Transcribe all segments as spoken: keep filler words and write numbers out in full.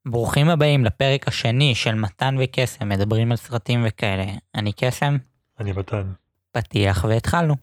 ברוכים הבאים לפרק השני של מתן וקסם, מדברים על סרטים וכאלה. אני קסם, אני מתן. פתיח והתחלנו.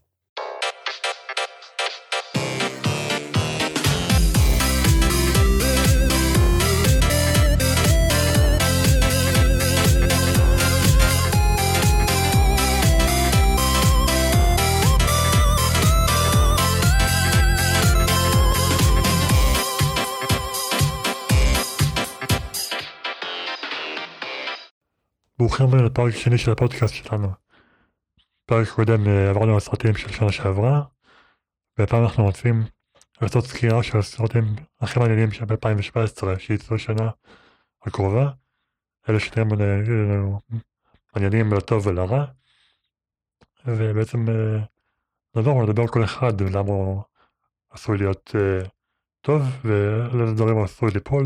ברוכים הבאים לפרק שני של הפודקאסט שלנו. פרק קודם עברנו על סרטים של שנה שעברה, והפעם אנחנו רוצים לעשות סקירה של הסרטים הכי מעניינים של אלפיים שבע עשרה שיצאו שנה הקרובה, אלה שנראים לנו מעניינים לטוב ולרע, ובעצם נעבור ולדבר כל אחד למה הוא עשוי להיות טוב ולאיזה דברים הוא עשוי ליפול.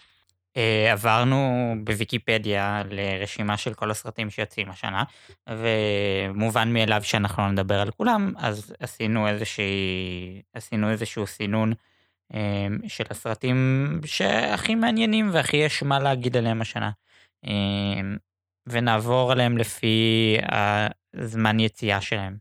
עברנו בוויקיפדיה לרשימה של כל הסרטים שיוצאים השנה, ומובן מאליו שאנחנו לא נדבר על כולם, אז עשינו איזושהי, עשינו איזשהו סינון של הסרטים שהכי מעניינים והכי יש מה להגיד עליהם השנה. ונעבור עליהם לפי הזמן יציאה שלהם.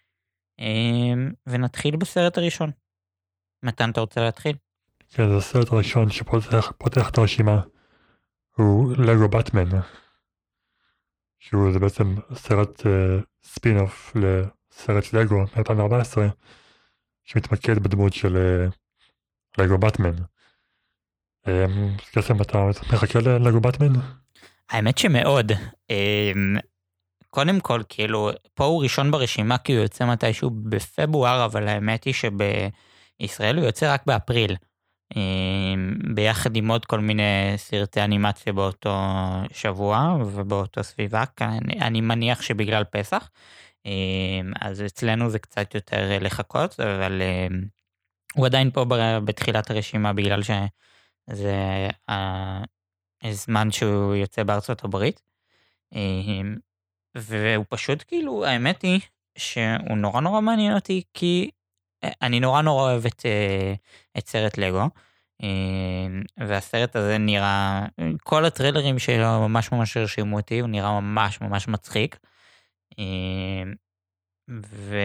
ונתחיל בסרט הראשון. מתן, אתה רוצה להתחיל? כן, זה הסרט הראשון שפותח פותח את הרשימה, הוא לגו באטמן, שהוא זה בעצם סרט uh, ספין-אוף לסרט לגו מ-אלפיים וארבע עשרה, שמתמקד בדמות של uh, לגו באטמן. Um, קסם, אתה מחכה ללגו באטמן? האמת שמאוד. Um, קודם כל, כאילו, פה הוא ראשון ברשימה כי הוא יוצא מתישהו בפברואר, אבל האמת היא שבישראל הוא יוצא רק באפריל. ביחד עם עוד כל מיני סרטי אנימציה באותו שבוע ובאותו סביבה, אני, אני מניח שבגלל פסח, אז אצלנו זה קצת יותר לחכות, אבל הוא עדיין פה בתחילת הרשימה בגלל שזה הזמן שהוא יוצא בארצות הברית, והוא פשוט כאילו, האמת היא שהוא נורא נורא מעניין אותי, כי אני נורא נורא אוהב את, את סרט לגו, והסרט הזה נראה, כל הטריילרים שלו ממש ממש הרשימו אותי, הוא נראה ממש ממש מצחיק, ו...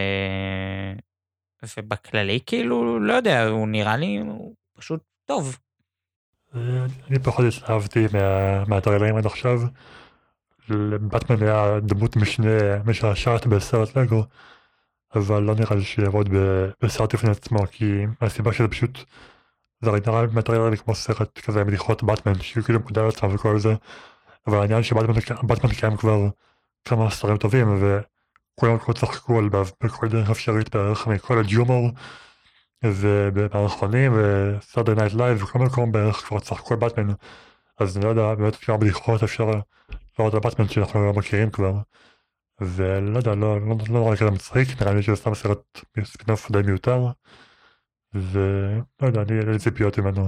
ובכללי כאילו, לא יודע, הוא נראה לי הוא פשוט טוב. אני פחות התלהבתי מה... מהטריילרים עד עכשיו. באטמן היה דמות משנה משעשעת בסרט לגו, אבל לא נראה לי שיעבוד בסרט לפני עצמו, כי הסיבה שזה פשוט, זה נראה מהטריילר כמו סרט כזה בדיחות באטמן, שהוא כאילו מודע לעצמם וכל זה, אבל העניין שבאטמן קיים כבר כמה סרטים טובים, וכולם כבר צחקו עליו בכל דרך אפשרית בערך מכל הג'ומור, ובמערכונים, וסארדיי נייט לייב, וכל מקום בערך כבר צחקו על באטמן, אז אני לא יודע, באמת כמה בדיחות אפשר לראות על באטמן שאנחנו לא מכירים כבר. ולא יודע, לא נראה לי כזה מצחיק, נראה לי שזה סתם סרט ספינוף די מיותר, ולא יודע, אני אין לי ציפיות ממנו.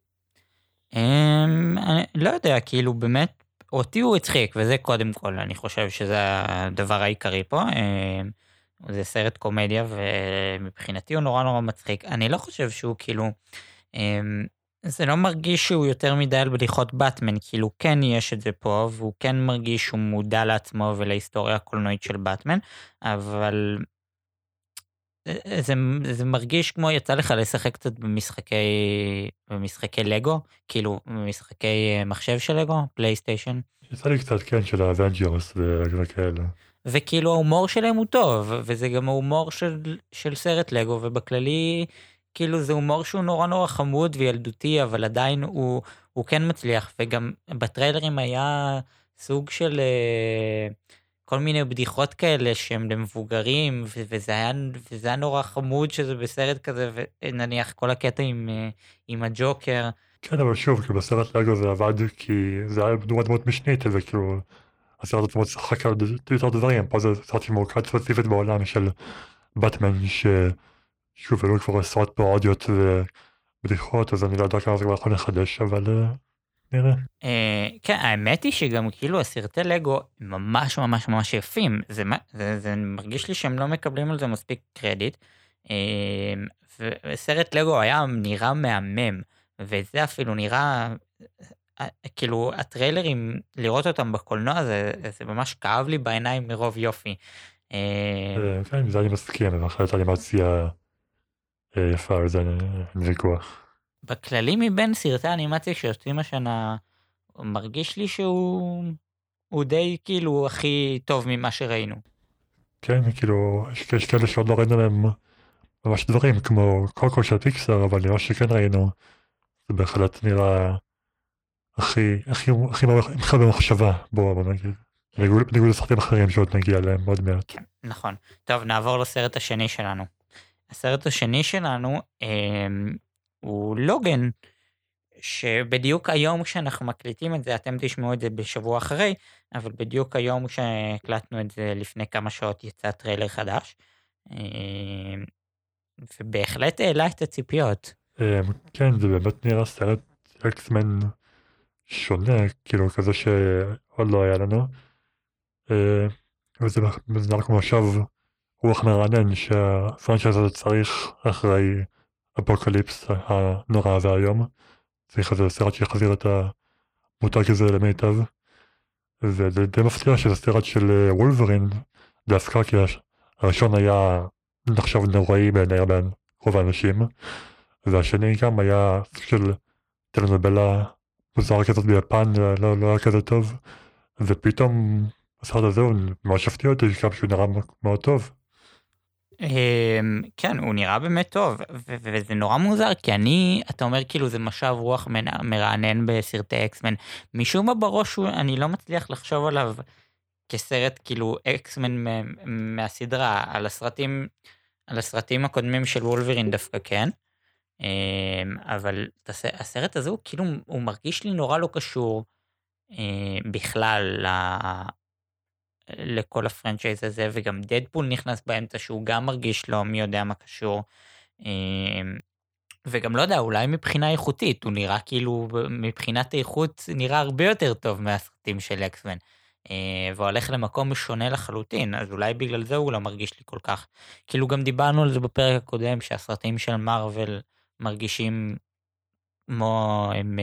לא יודע, כאילו באמת, אותי הוא הצחיק, וזה קודם כל, אני חושב שזה הדבר העיקרי פה, זה סרט קומדיה, ומבחינתי הוא נורא נורא מצחיק, אני לא חושב שהוא כאילו, זה לא מרגיש שהוא יותר מדי על בדיחות באטמן, כאילו כן יש את זה פה, והוא כן מרגיש שהוא מודע לעצמו ולהיסטוריה הקולנועית של באטמן, אבל זה, זה מרגיש כמו יצא לך לשחק קצת במשחקי, במשחקי לגו, כאילו במשחקי מחשב של לגו, פלייסטיישן. יצא לי קצת כן של האבנג'רס וכאלה. וכאילו ההומור שלהם הוא טוב, וזה גם ההומור של, של סרט לגו, ובכללי כאילו זה הומור שהוא נורא נורא חמוד וילדותי, אבל עדיין הוא, הוא כן מצליח, וגם בטריילרים היה סוג של uh, כל מיני בדיחות כאלה שהם למבוגרים, ו- וזה, היה, וזה היה נורא חמוד שזה בסרט כזה, ונניח כל הקטע עם, uh, עם הג'וקר. כן, אבל שוב, כאילו בסרט לגו זה עבד כי זה היה דמות דמות משנית, וכאילו הסרט עצמו צחק על יותר דברים, פה זה סרט שמורכד ספציפית בעולם של באטמן, ש... שוב, אלו כבר עשרות פרודיות ובדיחות, אז אני לא יודע כמה זה כבר יכול לחדש, אבל נראה. כן, האמת היא שגם כאילו הסרטי לגו ממש ממש ממש יפים, זה מרגיש לי שהם לא מקבלים על זה מספיק קרדיט, וסרט לגו היה נראה מהמם, וזה אפילו נראה, כאילו, הטריילרים, לראות אותם בקולנוע, זה, זה ממש כאב לי בעיניים מרוב יופי. כן, זה אני מסכים, ואחרת אנימציה יפה, זה ויכוח. בכללי מבין סרטי האנימציה שיוצאים השנה, מרגיש לי שהוא הוא די כאילו הכי טוב ממה שראינו. כן, כאילו, יש, יש כאלה שעוד לא ראינו להם ממש דברים, כמו קוקו של פיקסר, אבל נראה שכן ראינו, זה בהחלט נראה הכי, הכי, הכי, הכי במחשבה, בואו בוא נגיד. בניגוד לסרטים אחרים שעוד נגיע להם עוד מעט. כן, נכון. טוב, נעבור לסרט השני שלנו. הסרט השני שלנו אה, הוא לוגן, שבדיוק היום כשאנחנו מקליטים את זה, אתם תשמעו את זה בשבוע אחרי, אבל בדיוק היום כשהקלטנו את זה לפני כמה שעות יצא טריילר חדש, אה, ובהחלט העלה את הציפיות. כן, זה באמת נראה סרט אקסמן שונה, כאילו כזה שעוד לא היה לנו. וזה נראה כמו עכשיו רוח מרענן שהפרנצ'ייז הזה צריך אחרי אפוקליפס הנורא הזה היום. צריך איזה סרט שיחזיר את המותג הזה למיטב. וזה די מפתיע שזה סרט של וולברין דווקא, כי הראשון היה נחשב נוראי בעיני רוב האנשים, והשני גם היה סוג של טלנובלה מוזרה כזאת ביפן, לא, לא היה כזה טוב, ופתאום הסרט הזה הוא ממש הפתיע אותי, גם שהוא נראה מאוד טוב. כן, הוא נראה באמת טוב, וזה נורא מוזר, כי אני, אתה אומר כאילו זה משב רוח מרענן בסרטי אקסמן, משום מה בראש אני לא מצליח לחשוב עליו כסרט כאילו אקסמן מהסדרה, על הסרטים, על הסרטים הקודמים של וולברין דווקא כן, אבל הסרט הזה הוא כאילו, הוא מרגיש לי נורא לא קשור בכלל לכל הפרנצ'ייז הזה, וגם דדפול נכנס באמצע שהוא גם מרגיש לו מי יודע מה קשור, וגם לא יודע, אולי מבחינה איכותית, הוא נראה כאילו מבחינת האיכות נראה הרבה יותר טוב מהסרטים של אקסמן, והוא הולך למקום שונה לחלוטין, אז אולי בגלל זה הוא לא מרגיש לי כל כך, כאילו גם דיברנו על זה בפרק הקודם, שהסרטים של מארוול מרגישים כמו הם,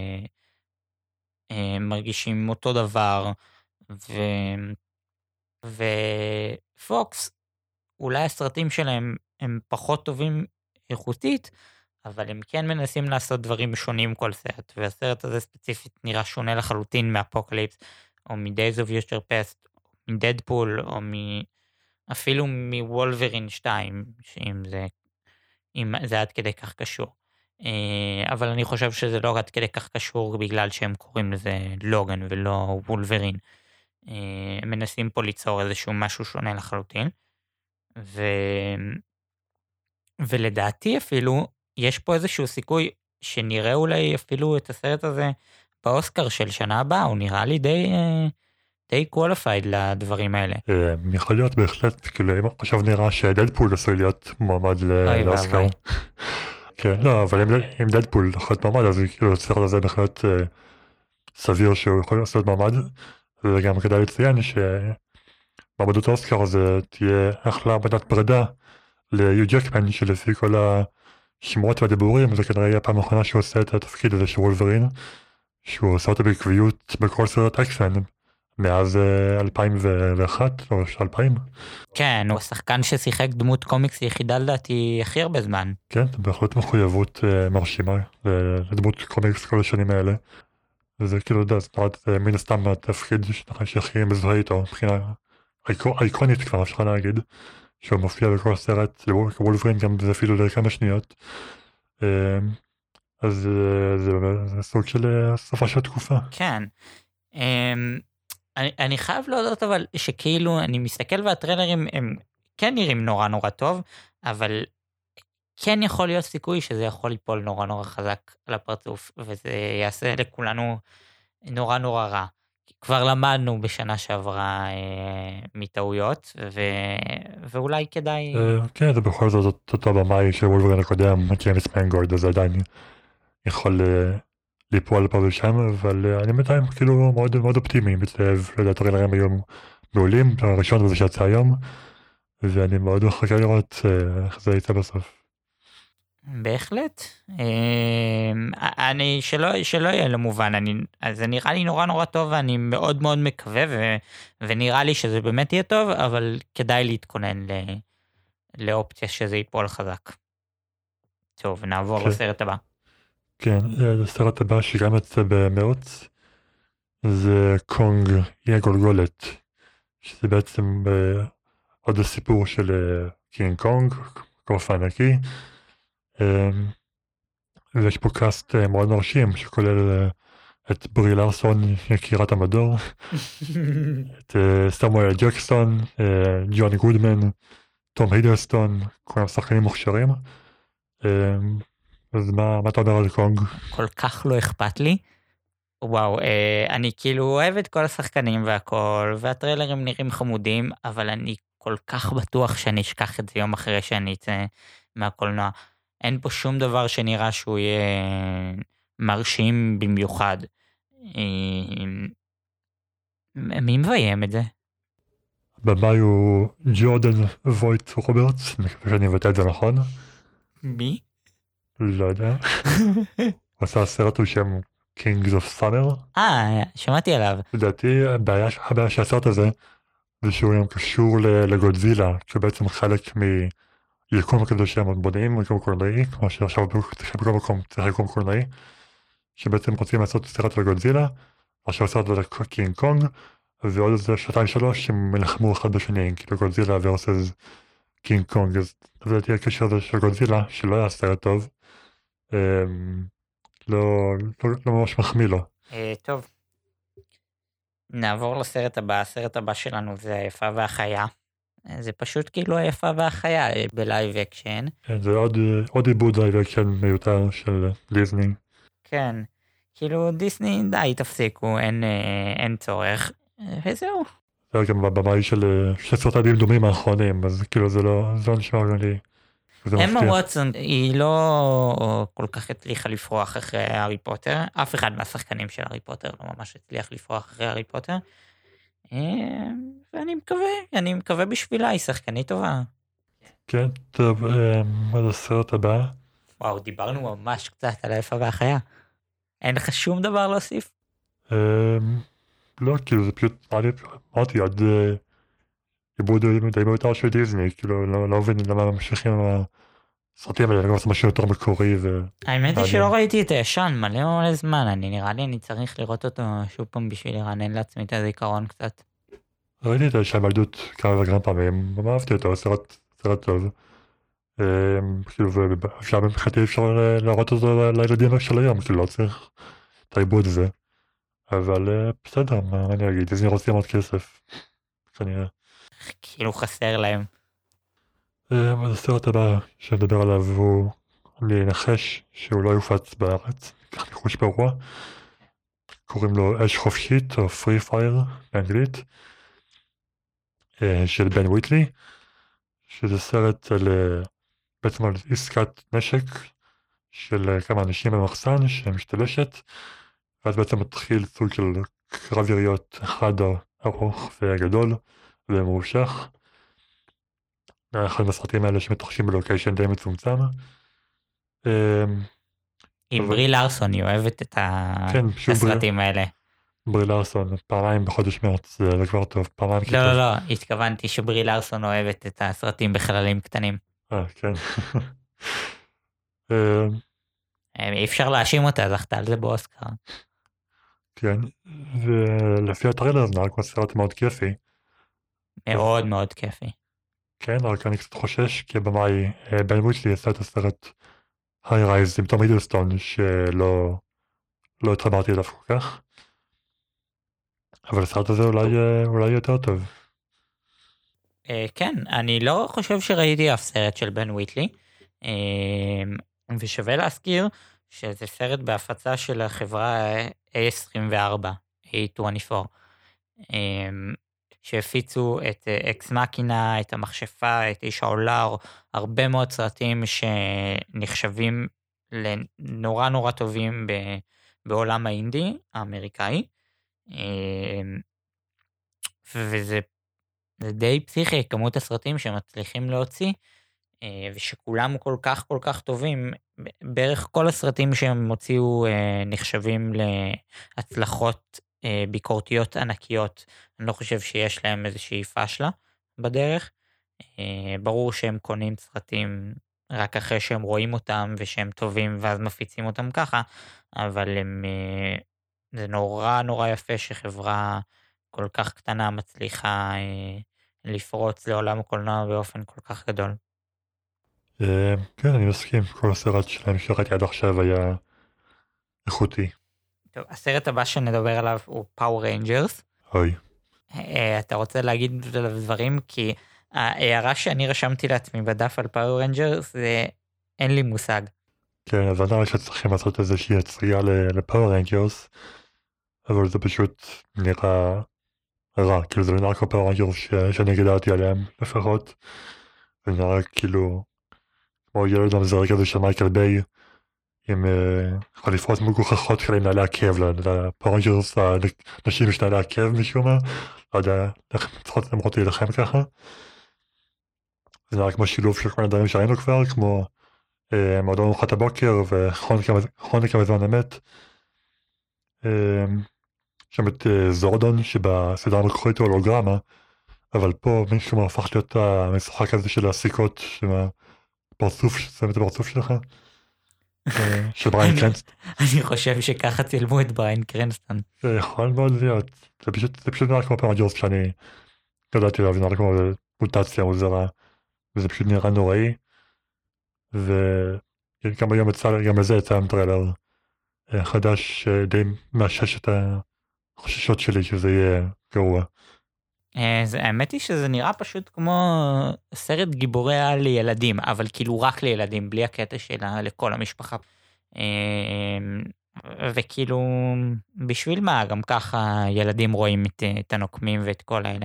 הם מרגישים אותו דבר, ו... ופוקס, אולי הסרטים שלהם הם פחות טובים איכותית, אבל הם כן מנסים לעשות דברים שונים כל סרט, והסרט הזה ספציפית נראה שונה לחלוטין מאפוקליפס, או מ-Days of Future Past, או מדדפול, או מ... אפילו מוולברין שתיים, שאם זה, אם זה עד כדי כך קשור. אבל אני חושב שזה לא עד כדי כך קשור, בגלל שהם קוראים לזה לוגן ולא וולברין. הם מנסים פה ליצור איזשהו משהו שונה לחלוטין, ו... ולדעתי אפילו יש פה איזשהו סיכוי שנראה אולי אפילו את הסרט הזה באוסקר של שנה הבאה, הוא נראה לי די, די qualified לדברים האלה. יכול להיות בהחלט, כאילו אם עכשיו נראה שדדפול עשוי להיות מועמד לאוסקר. כן, לא, אבל אם דדפול יכול להיות מועמד, אז כאילו הסרט הזה בהחלט סביר שהוא יכול לעשות מועמד, וגם כדאי לציין שמעמדות האוסקר הזה תהיה אחלה בנת פרידה ליו ג'קמן, שלפי כל השמועות והדיבורים, זה כנראה יהיה פעם האחרונה שהוא עושה את התפקיד הזה של וולברין, שהוא עושה אותו בעקביות בכל סרט אקסמן, מאז אלפיים ואחת או אלפיים. כן, הוא השחקן ששיחק דמות קומיקס יחידה לדעתי הכי הרבה זמן. כן, בהחלט מחויבות מרשימה לדמות קומיקס כל השנים האלה. וזה כאילו, יודע, זה נרד מן הסתם התפקיד שהכי מזוהה איתו, מבחינה אייקונית כבר, אפשר להגיד, שהוא מופיע בכל סרט, וולברין גם זה אפילו לכמה שניות. אז זה סוג של סופה של תקופה. כן. אני, אני חייב להודות אבל שכאילו אני מסתכל והטריילרים הם כן נראים נורא נורא טוב, אבל כן יכול להיות סיכוי שזה יכול ליפול נורא נורא חזק על הפרצוף, וזה יעשה לכולנו נורא נורא רע. כבר למדנו בשנה שעברה אה, מטעויות, ו... ואולי כדאי... אה, כן, זה בכל זאת אותו במאי של וולברין הקודם, ג'יימס מנגורד, אז עדיין יכול אה, ליפול פה ושם, אבל אה, אני בינתיים כאילו מאוד, מאוד אופטימי, מתלהב, לדעת הטריילרים היו מעולים, הראשון הזה שיצא היום, ואני מאוד מחכה לראות אה, איך זה יצא בסוף. בהחלט. אמ, אני, שלא, שלא יהיה לו מובן, אני, אז זה נראה לי נורא נורא טוב, ואני מאוד מאוד מקווה, ו, ונראה לי שזה באמת יהיה טוב, אבל כדאי להתכונן ל, לאופציה שזה ייפול חזק. טוב, נעבור כן. לסרט הבא. כן, אה, הסרט הבא שגם יצא במרץ, זה קונג אי הגולגולת, שזה בעצם אה, עוד הסיפור של אה, קינג קונג, קוף הענקי, אה, ויש פה קאסט אה, מאוד מרשים, שכולל אה, את ברי לארסון, יקירת המדור, את אה, סמואל ג'קסון, אה, ג'ון גודמן, תום הידלסטון, כולם שחקנים מוכשרים. אה, אז מה, מה אתה אומר על קונג? כל כך לא אכפת לי. וואו, אה, אני כאילו אוהב את כל השחקנים והכל, והטריילרים נראים חמודים, אבל אני כל כך בטוח שאני אשכח את זה יום אחרי שאני אצא מהקולנוע. אין פה שום דבר שנראה שהוא יהיה מרשים במיוחד. אה, מי מביים את זה? הבמאי הוא ג'ורדן וויט רוברטס, אני מקווה שאני מבטא את זה נכון, מי? לא יודע. הוא עשה סרט בשם Kings of Summer. אה, שמעתי עליו. לדעתי הבעיה הבעיה של הסרט הזה זה שהוא גם קשור ל- לגודזילה, שהוא בעצם חלק מיקום כזה שהם בונים, יקום קולנועי, כמו שעכשיו צריך בכל מקום צריך יקום קולנועי, שבעצם רוצים לעשות סרט על גודזילה, עכשיו סרט על קינג קונג, ועוד איזה שנתיים שלוש שהם נלחמו אחד בשני, כאילו גודזילה versus קינג קונג, אז לדעתי הקשר הזה של גודזילה, שלא היה סרט טוב, אמ, לא, לא, לא ממש מחמיא לו. אה, טוב. נעבור לסרט הבא. הסרט הבא שלנו זה היפה והחיה. אה, זה פשוט כאילו היפה והחיה אה, בלייב אקשן. כן, זה עוד, עוד עיבוד לייב אקשן מיותר של דיסני. כן, כאילו דיסני די תפסיקו, אין, אה, אין צורך, אה, וזהו. זה גם בבמאי של אה, של סרטים דומים האחרונים, אז כאילו זה לא, זה לא נשמע לי, זה אמה מפתיע. ווטסון היא לא כל כך הצליחה לפרוח אחרי הארי פוטר, אף אחד מהשחקנים של הארי פוטר לא ממש הצליח לפרוח אחרי הארי פוטר, אה, ואני מקווה, אני מקווה בשבילה, היא שחקנית טובה. כן, טוב, אמ, אז הסרט הבא, וואו, דיברנו ממש קצת על היפה והחיה. אין לך שום דבר להוסיף? אמ, לא, כאילו זה פשוט, אמרתי, עוד אה, עיבוד די מיותר של דיסני, כאילו לא לא מבין למה ממשיכים עם הסרטים האלה, לא לעשות משהו יותר מקורי ו... האמת היא מעניין. שלא ראיתי את הישן מלא מלא זמן, אני נראה לי אני צריך לראות אותו שוב פעם בשביל לרענן לעצמי את הזיכרון קצת. ראיתי את שם ילדות כמה וכמה פעמים, גם אהבתי אותו, סרט סרט טוב. אמ, כאילו, ואפשר מבחינתי אפשר ל- להראות אותו ל- לילדים של היום, כאילו לא צריך את העיבוד הזה. אבל אה, בסדר, מה מה אני אגיד, דיסני רוצים עוד כסף, כנראה. כאילו חסר להם. אמ, אז הסרט הבא שנדבר עליו הוא, אני אנחש שהוא לא יופץ בארץ, כך ניחוש פרוע. קוראים לו אש חופשית, או Free Fire באנגלית, אה, של בן וויטלי, שזה סרט על, אה, בעצם על עסקת נשק של אה, כמה אנשים במחסן שמשתבשת, ואז בעצם מתחיל סוג של קרב יריות אחד ארוך וגדול וממושך. אחד מהסרטים האלה שמתרחשים בלוקיישן די מצומצם. אמ, עם אבל- ברי לארסון, היא אוהבת את ה- כן, את פשוט ברי- הסרטים האלה. ברי לארסון, פעמיים בחודש מרץ, זה זה כבר טוב, פעמיים כי לא, טוב. לא, לא, התכוונתי שברי לארסון אוהבת את הסרטים בחללים קטנים. אה, כן. אמ, אה, אי אפשר להאשים אותה, זכתה על זה באוסקר. כן, ולפי הטריילר זה נראה כמו סרט מאוד כיפי. מאוד מאוד כיפי. כן, רק אני קצת חושש, כי הבמאי אה, בן וויטלי עשה את הסרט היי רייז עם תום הידלסטון, שלא לא התחברתי אליו כל כך. אבל הסרט הזה אולי אה, אולי יהיה יותר טוב. אה, כן, אני לא חושב שראיתי אף סרט של בן וויטלי, אה, ושווה להזכיר שזה סרט בהפצה של החברה איי עשרים וארבע, איי עשרים וארבע, אה, שהפיצו את אה, אקס מקינה, את המכשפה, את איש העולר, הרבה מאוד סרטים שנחשבים לנורא נורא טובים ב- בעולם האינדי האמריקאי, אה, וזה זה די פסיכי, כמות הסרטים שמצליחים להוציא, ושכולם כל כך כל כך טובים, בערך כל הסרטים שהם הוציאו נחשבים להצלחות ביקורתיות ענקיות. אני לא חושב שיש להם איזושהי פשלה בדרך. ברור שהם קונים סרטים רק אחרי שהם רואים אותם ושהם טובים ואז מפיצים אותם ככה, אבל הם, זה נורא נורא יפה שחברה כל כך קטנה מצליחה לפרוץ לעולם הקולנוע באופן כל כך גדול. כן, אני מסכים, כל הסרט שלהם שראיתי עד עכשיו היה איכותי. טוב, הסרט הבא שנדבר עליו הוא פאוור ריינג'רס. אוי. אתה רוצה להגיד עליו דברים? כי ההערה שאני רשמתי לעצמי בדף על פאוור ריינג'רס זה אין לי מושג. כן, אז אני שצריכים לעשות איזושהי יציאה לפאוור ריינג'רס, אבל זה פשוט נראה רע, כאילו זה נראה כמו פאוור ריינג'רס שאני גדלתי עליהם לפחות, זה נראה כאילו כמו ילד המזרק כזה של מייקל ביי, עם uh, חליפות מגוחכות כאלה עם נעלי עקב, לפאוור ריינג'רס הנשים יש נעלי עקב משום מה, לא יודע איך צריכות למרות להילחם ככה. זה נראה כמו שילוב של כל הדברים שהיינו כבר, כמו uh, מועדון ארוחת הבוקר וכרוניקה בזמן אמת. Uh, שם את uh, זורדון שבסדרה המקורית הוא הולוגרמה, אבל פה מישהו מה הפך להיות המשחק הזה של הסיכות, עם הפרצוף, ששם את הפרצוף שלך. של בריין קרנסטון. אני חושב שככה צילמו את בריין קרנסטון. זה יכול מאוד להיות. זה פשוט נראה כמו פאוור ריינג'רס שאני גדלתי עליו, זה נראה כמו מוטציה מוזרה, וזה פשוט נראה נוראי. וגם היום יצא, גם לזה יצא טריילר חדש שדי מאשש את החששות שלי שזה יהיה גרוע. האמת היא שזה נראה פשוט כמו סרט גיבורי על לילדים, אבל כאילו רק לילדים, בלי הקטע שלה לכל המשפחה. וכאילו, בשביל מה? גם ככה ילדים רואים את, את הנוקמים ואת כל האלה.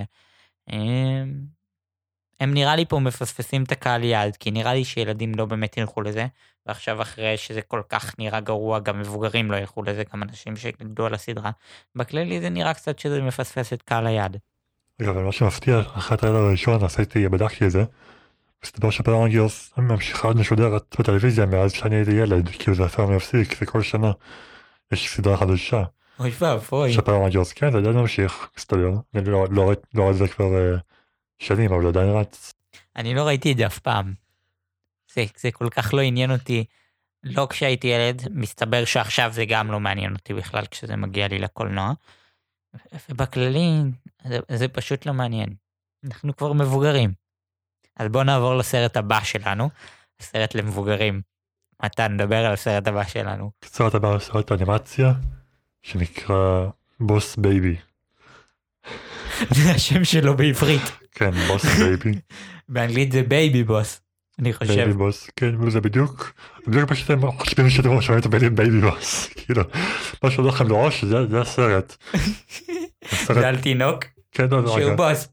הם נראה לי פה מפספסים את הקהל יעד, כי נראה לי שילדים לא באמת ילכו לזה, ועכשיו אחרי שזה כל כך נראה גרוע, גם מבוגרים לא ילכו לזה, גם אנשים שגדלו על הסדרה. בכללי זה נראה קצת שזה מפספס את קהל היעד. אבל מה שמפתיע, אחרי הטריילר הראשון עשיתי, בדקתי את זה, מסתבר שפאוור ריינג'רס ממשיכה משודרת בטלוויזיה מאז שאני הייתי ילד, כאילו זה אפשר מפסיק, וכל שנה יש סדרה חדשה. אוי ואבוי. שפאוור ריינג'רס, כן, זה עדיין ממשיך, מסתבר. אני לא רואה את זה כבר שנים, אבל עדיין רץ. אני לא ראיתי את זה אף פעם. זה, זה כל כך לא עניין אותי, לא כשהייתי ילד, מסתבר שעכשיו זה גם לא מעניין אותי בכלל כשזה מגיע לי לקולנוע. ובכללי, זה, זה פשוט לא מעניין. אנחנו כבר מבוגרים. אז בואו נעבור לסרט הבא שלנו, הסרט למבוגרים. מתן, נדבר על הסרט הבא שלנו. הסרט הבא הוא סרט אנימציה, שנקרא בוס בייבי. זה השם שלו בעברית. כן, בוס בייבי. באנגלית זה בייבי בוס, אני חושב. בייבי בוס, כן, וזה בדיוק, בדיוק מה שאתם חושבים שאתם שומעים את המילים בייבי בוס. כאילו, מה שעוד לכם לראש, זה הסרט. זה על תינוק? כן, לא, לא, שהוא בוס.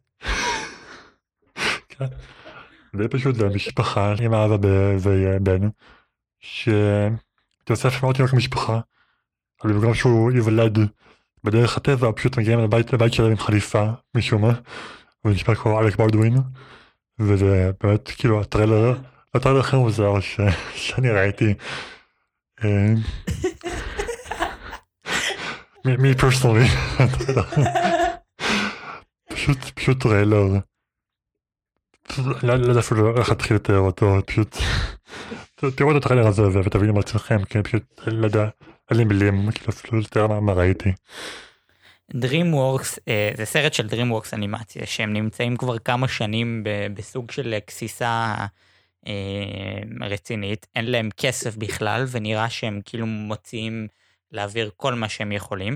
כן. זה פשוט משפחה עם אבא ובן, שיוסף מאוד תינוק משפחה, אבל בגלל שהוא יוולד בדרך הטבע, פשוט מגיעים לבית שלהם עם חליפה משום מה, ונשמע כמו אלק בולדווין, וזה באמת כאילו הטריילר, הטריילר הכי מוזר שאני ראיתי. מי פרסונלי, פשוט פשוט טריילר. לא יודע אפילו איך להתחיל לתאר אותו, פשוט תראו את הטריילר הזה ותבינו מעצמכם, כי פשוט לא יודע, אין לי מילים, כאילו אפילו לתאר מה ראיתי. DreamWorks, זה סרט של DreamWorks אנימציה, שהם נמצאים כבר כמה שנים בסוג של כסיסה רצינית, אין להם כסף בכלל, ונראה שהם כאילו מוציאים להעביר כל מה שהם יכולים,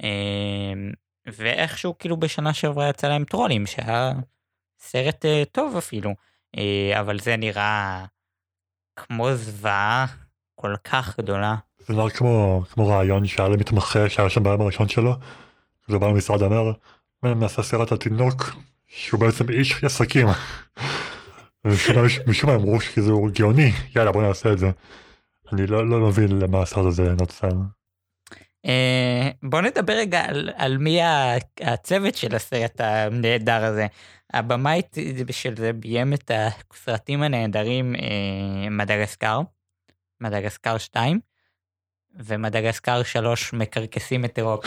ואיכשהו כאילו בשנה שעברה יצא להם טרולים, שהיה סרט טוב אפילו, אבל זה נראה כמו זוועה כל כך גדולה. זה נראה כמו, כמו רעיון שהיה למתמחה שהיה שם ביום הראשון שלו, זה בא למשרד אמר, נעשה סרט על תינוק שהוא בעצם איש עסקים. משום מה אמרו שזה גאוני, יאללה בוא נעשה את זה. אני לא, לא מבין למה הסרט הזה נוצר. בוא נדבר רגע על, על מי הצוות של הסרט הנהדר הזה. הבמאית של זה ביים את הסרטים הנהדרים מדגסקר, מדגסקר שתיים, ומדגסקר שלוש מקרקסים את אירופה.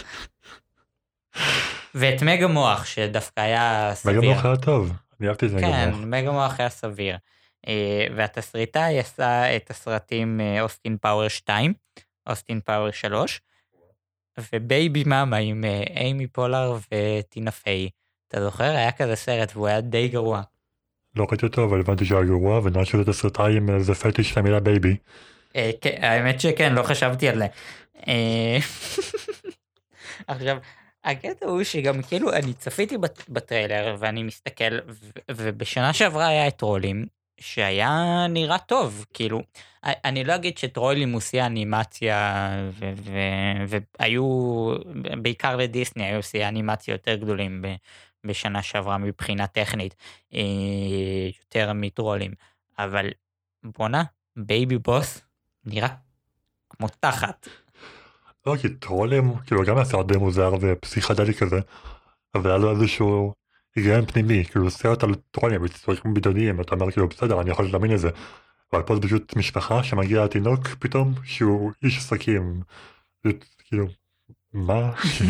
ואת מגה מוח, שדווקא היה סביר. מגה מוח היה טוב, אני אהבתי את מגה כן, מוח. מגה מוח היה סביר. והתסריטאי עשה את הסרטים אוסטין פאוור שתיים, אוסטין פאוור שלוש, ובייבי מאמה עם אימי פולר וטינה פיי. אתה זוכר? היה כזה סרט והוא היה די גרוע. לא ראיתי אותו, אבל הבנתי שהיה גרוע, ונראה שזה תסריטאי עם איזה פטיש של המילה בייבי. האמת שכן, לא חשבתי על זה. עכשיו, הקטע הוא שגם כאילו אני צפיתי בטריילר ואני מסתכל, ובשנה שעברה היה את טרולים, שהיה נראה טוב, כאילו, אני לא אגיד שטרולים עושה אנימציה, והיו, בעיקר לדיסני, היו עושה אנימציה יותר גדולים בשנה שעברה מבחינה טכנית, יותר מטרולים, אבל בונה, בייבי בוס, נראה כמו תחת. לא, כי טרולים, כאילו גם היה סרט די מוזר ופסיכדלי כזה, אבל היה לו איזשהו היגיון פנימי, כאילו סרט על טרולים, בצורים בידוניים, אתה אומר כאילו בסדר, אני יכול להאמין לזה, אבל פה זה פשוט משפחה שמגיע לתינוק פתאום, שהוא איש עסקים, כאילו, מה?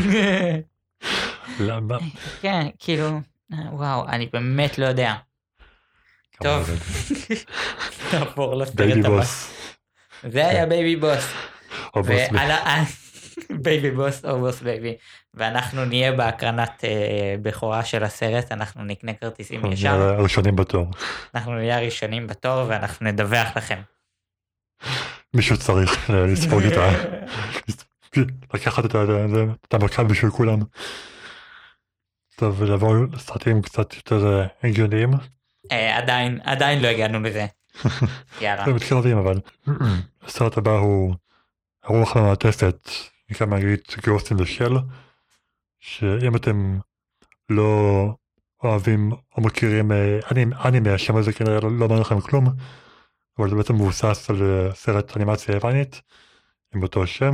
למה? כן, כאילו, וואו, אני באמת לא יודע. טוב, נעבור לסרט הבא. בייבי בוס. זה היה בייבי בוס. או בוס בייבי. בייבי בוס או בוס בייבי. ואנחנו נהיה בהקרנת בכורה של הסרט, אנחנו נקנה כרטיסים ישר. נהיה הראשונים בתור. אנחנו נהיה הראשונים בתור ואנחנו נדווח לכם. מישהו צריך לספוג את ה... לקחת את המרכב בשביל כולם. טוב, ולעבור לסרטים קצת יותר הגיוניים. עדיין, עדיין לא הגענו לזה. יאללה. זה מתקרבים, אבל הסרט הבא הוא הרוח המעטפת, נקרא מאנגלית Ghost in the Shell, שאם אתם לא אוהבים או מכירים אנימה, השם הזה כנראה לא אומר לכם כלום, אבל זה בעצם מבוסס על סרט אנימציה יפנית, עם אותו שם.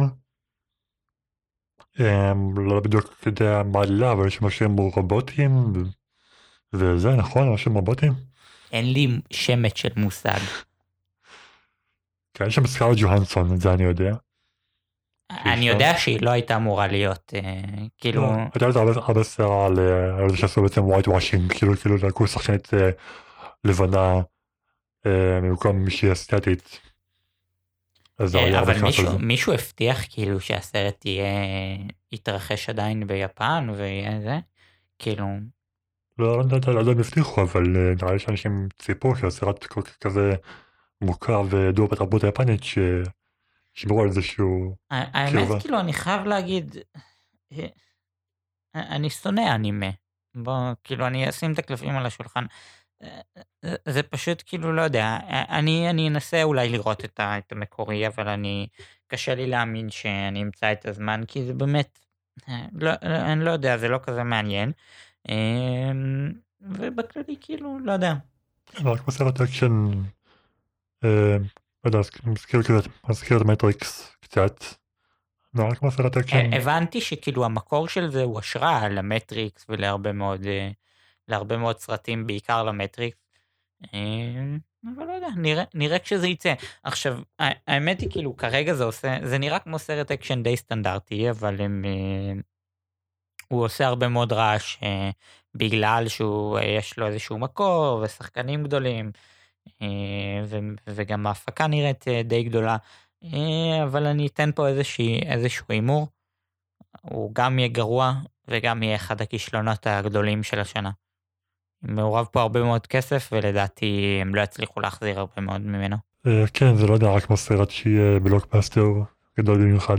לא בדיוק יודע מה עלילה, אבל יש משהו עם רובוטים, וזה נכון, משהו עם רובוטים? אין לי שמץ של מושג. כן, יש שם סקארלט ג'והנסון, את זה אני יודע. אני יודע שהיא לא הייתה אמורה להיות, כאילו... הייתה לזה הרבה סערה על זה שעשו בעצם ווייט וושינג, כאילו לקחו שחקנית לבנה במקום מישהי אסתטית. אבל מישהו הבטיח כאילו שהסרט יתרחש עדיין ביפן ויהיה זה, כאילו... לא יודע אם הבטיחו, אבל נראה לי שאנשים ציפו שהסרט כזה מוכר וידוע בתרבות היפנית ששמרו על איזשהו... האמת כאילו אני חייב להגיד, אני שונא אנימה, בוא כאילו אני אשים את הקלפים על השולחן, זה פשוט כאילו לא יודע, אני אני אנסה אולי לראות את, ה, את המקורי, אבל אני קשה לי להאמין שאני אמצא את הזמן, כי זה באמת, לא, אני לא יודע, זה לא כזה מעניין, ובכללי כאילו לא יודע. רק בסרט אקשן, לא יודע, מזכיר את המטריקס קצת, רק בסרט אקשן. הבנתי שכאילו המקור של זה הוא השראה למטריקס ולהרבה מאוד, להרבה מאוד סרטים, בעיקר למטריקס, אבל לא יודע, נראה, נראה כשזה יצא. עכשיו, האמת היא כאילו כרגע זה עושה, זה נראה כמו סרט אקשן די סטנדרטי, אבל הם, הוא עושה הרבה מאוד רעש, בגלל שהוא, יש לו איזשהו מקור ושחקנים גדולים, וגם ההפקה נראית די גדולה, אבל אני אתן פה איזושהי, איזשהו אימור, הוא גם יהיה גרוע וגם יהיה אחד הכישלונות הגדולים של השנה. מעורב פה הרבה מאוד כסף ולדעתי הם לא יצליחו להחזיר הרבה מאוד ממנו. כן, זה לא יודע, רק כמו סרט שיהיה בלוקבאסטר גדול במיוחד.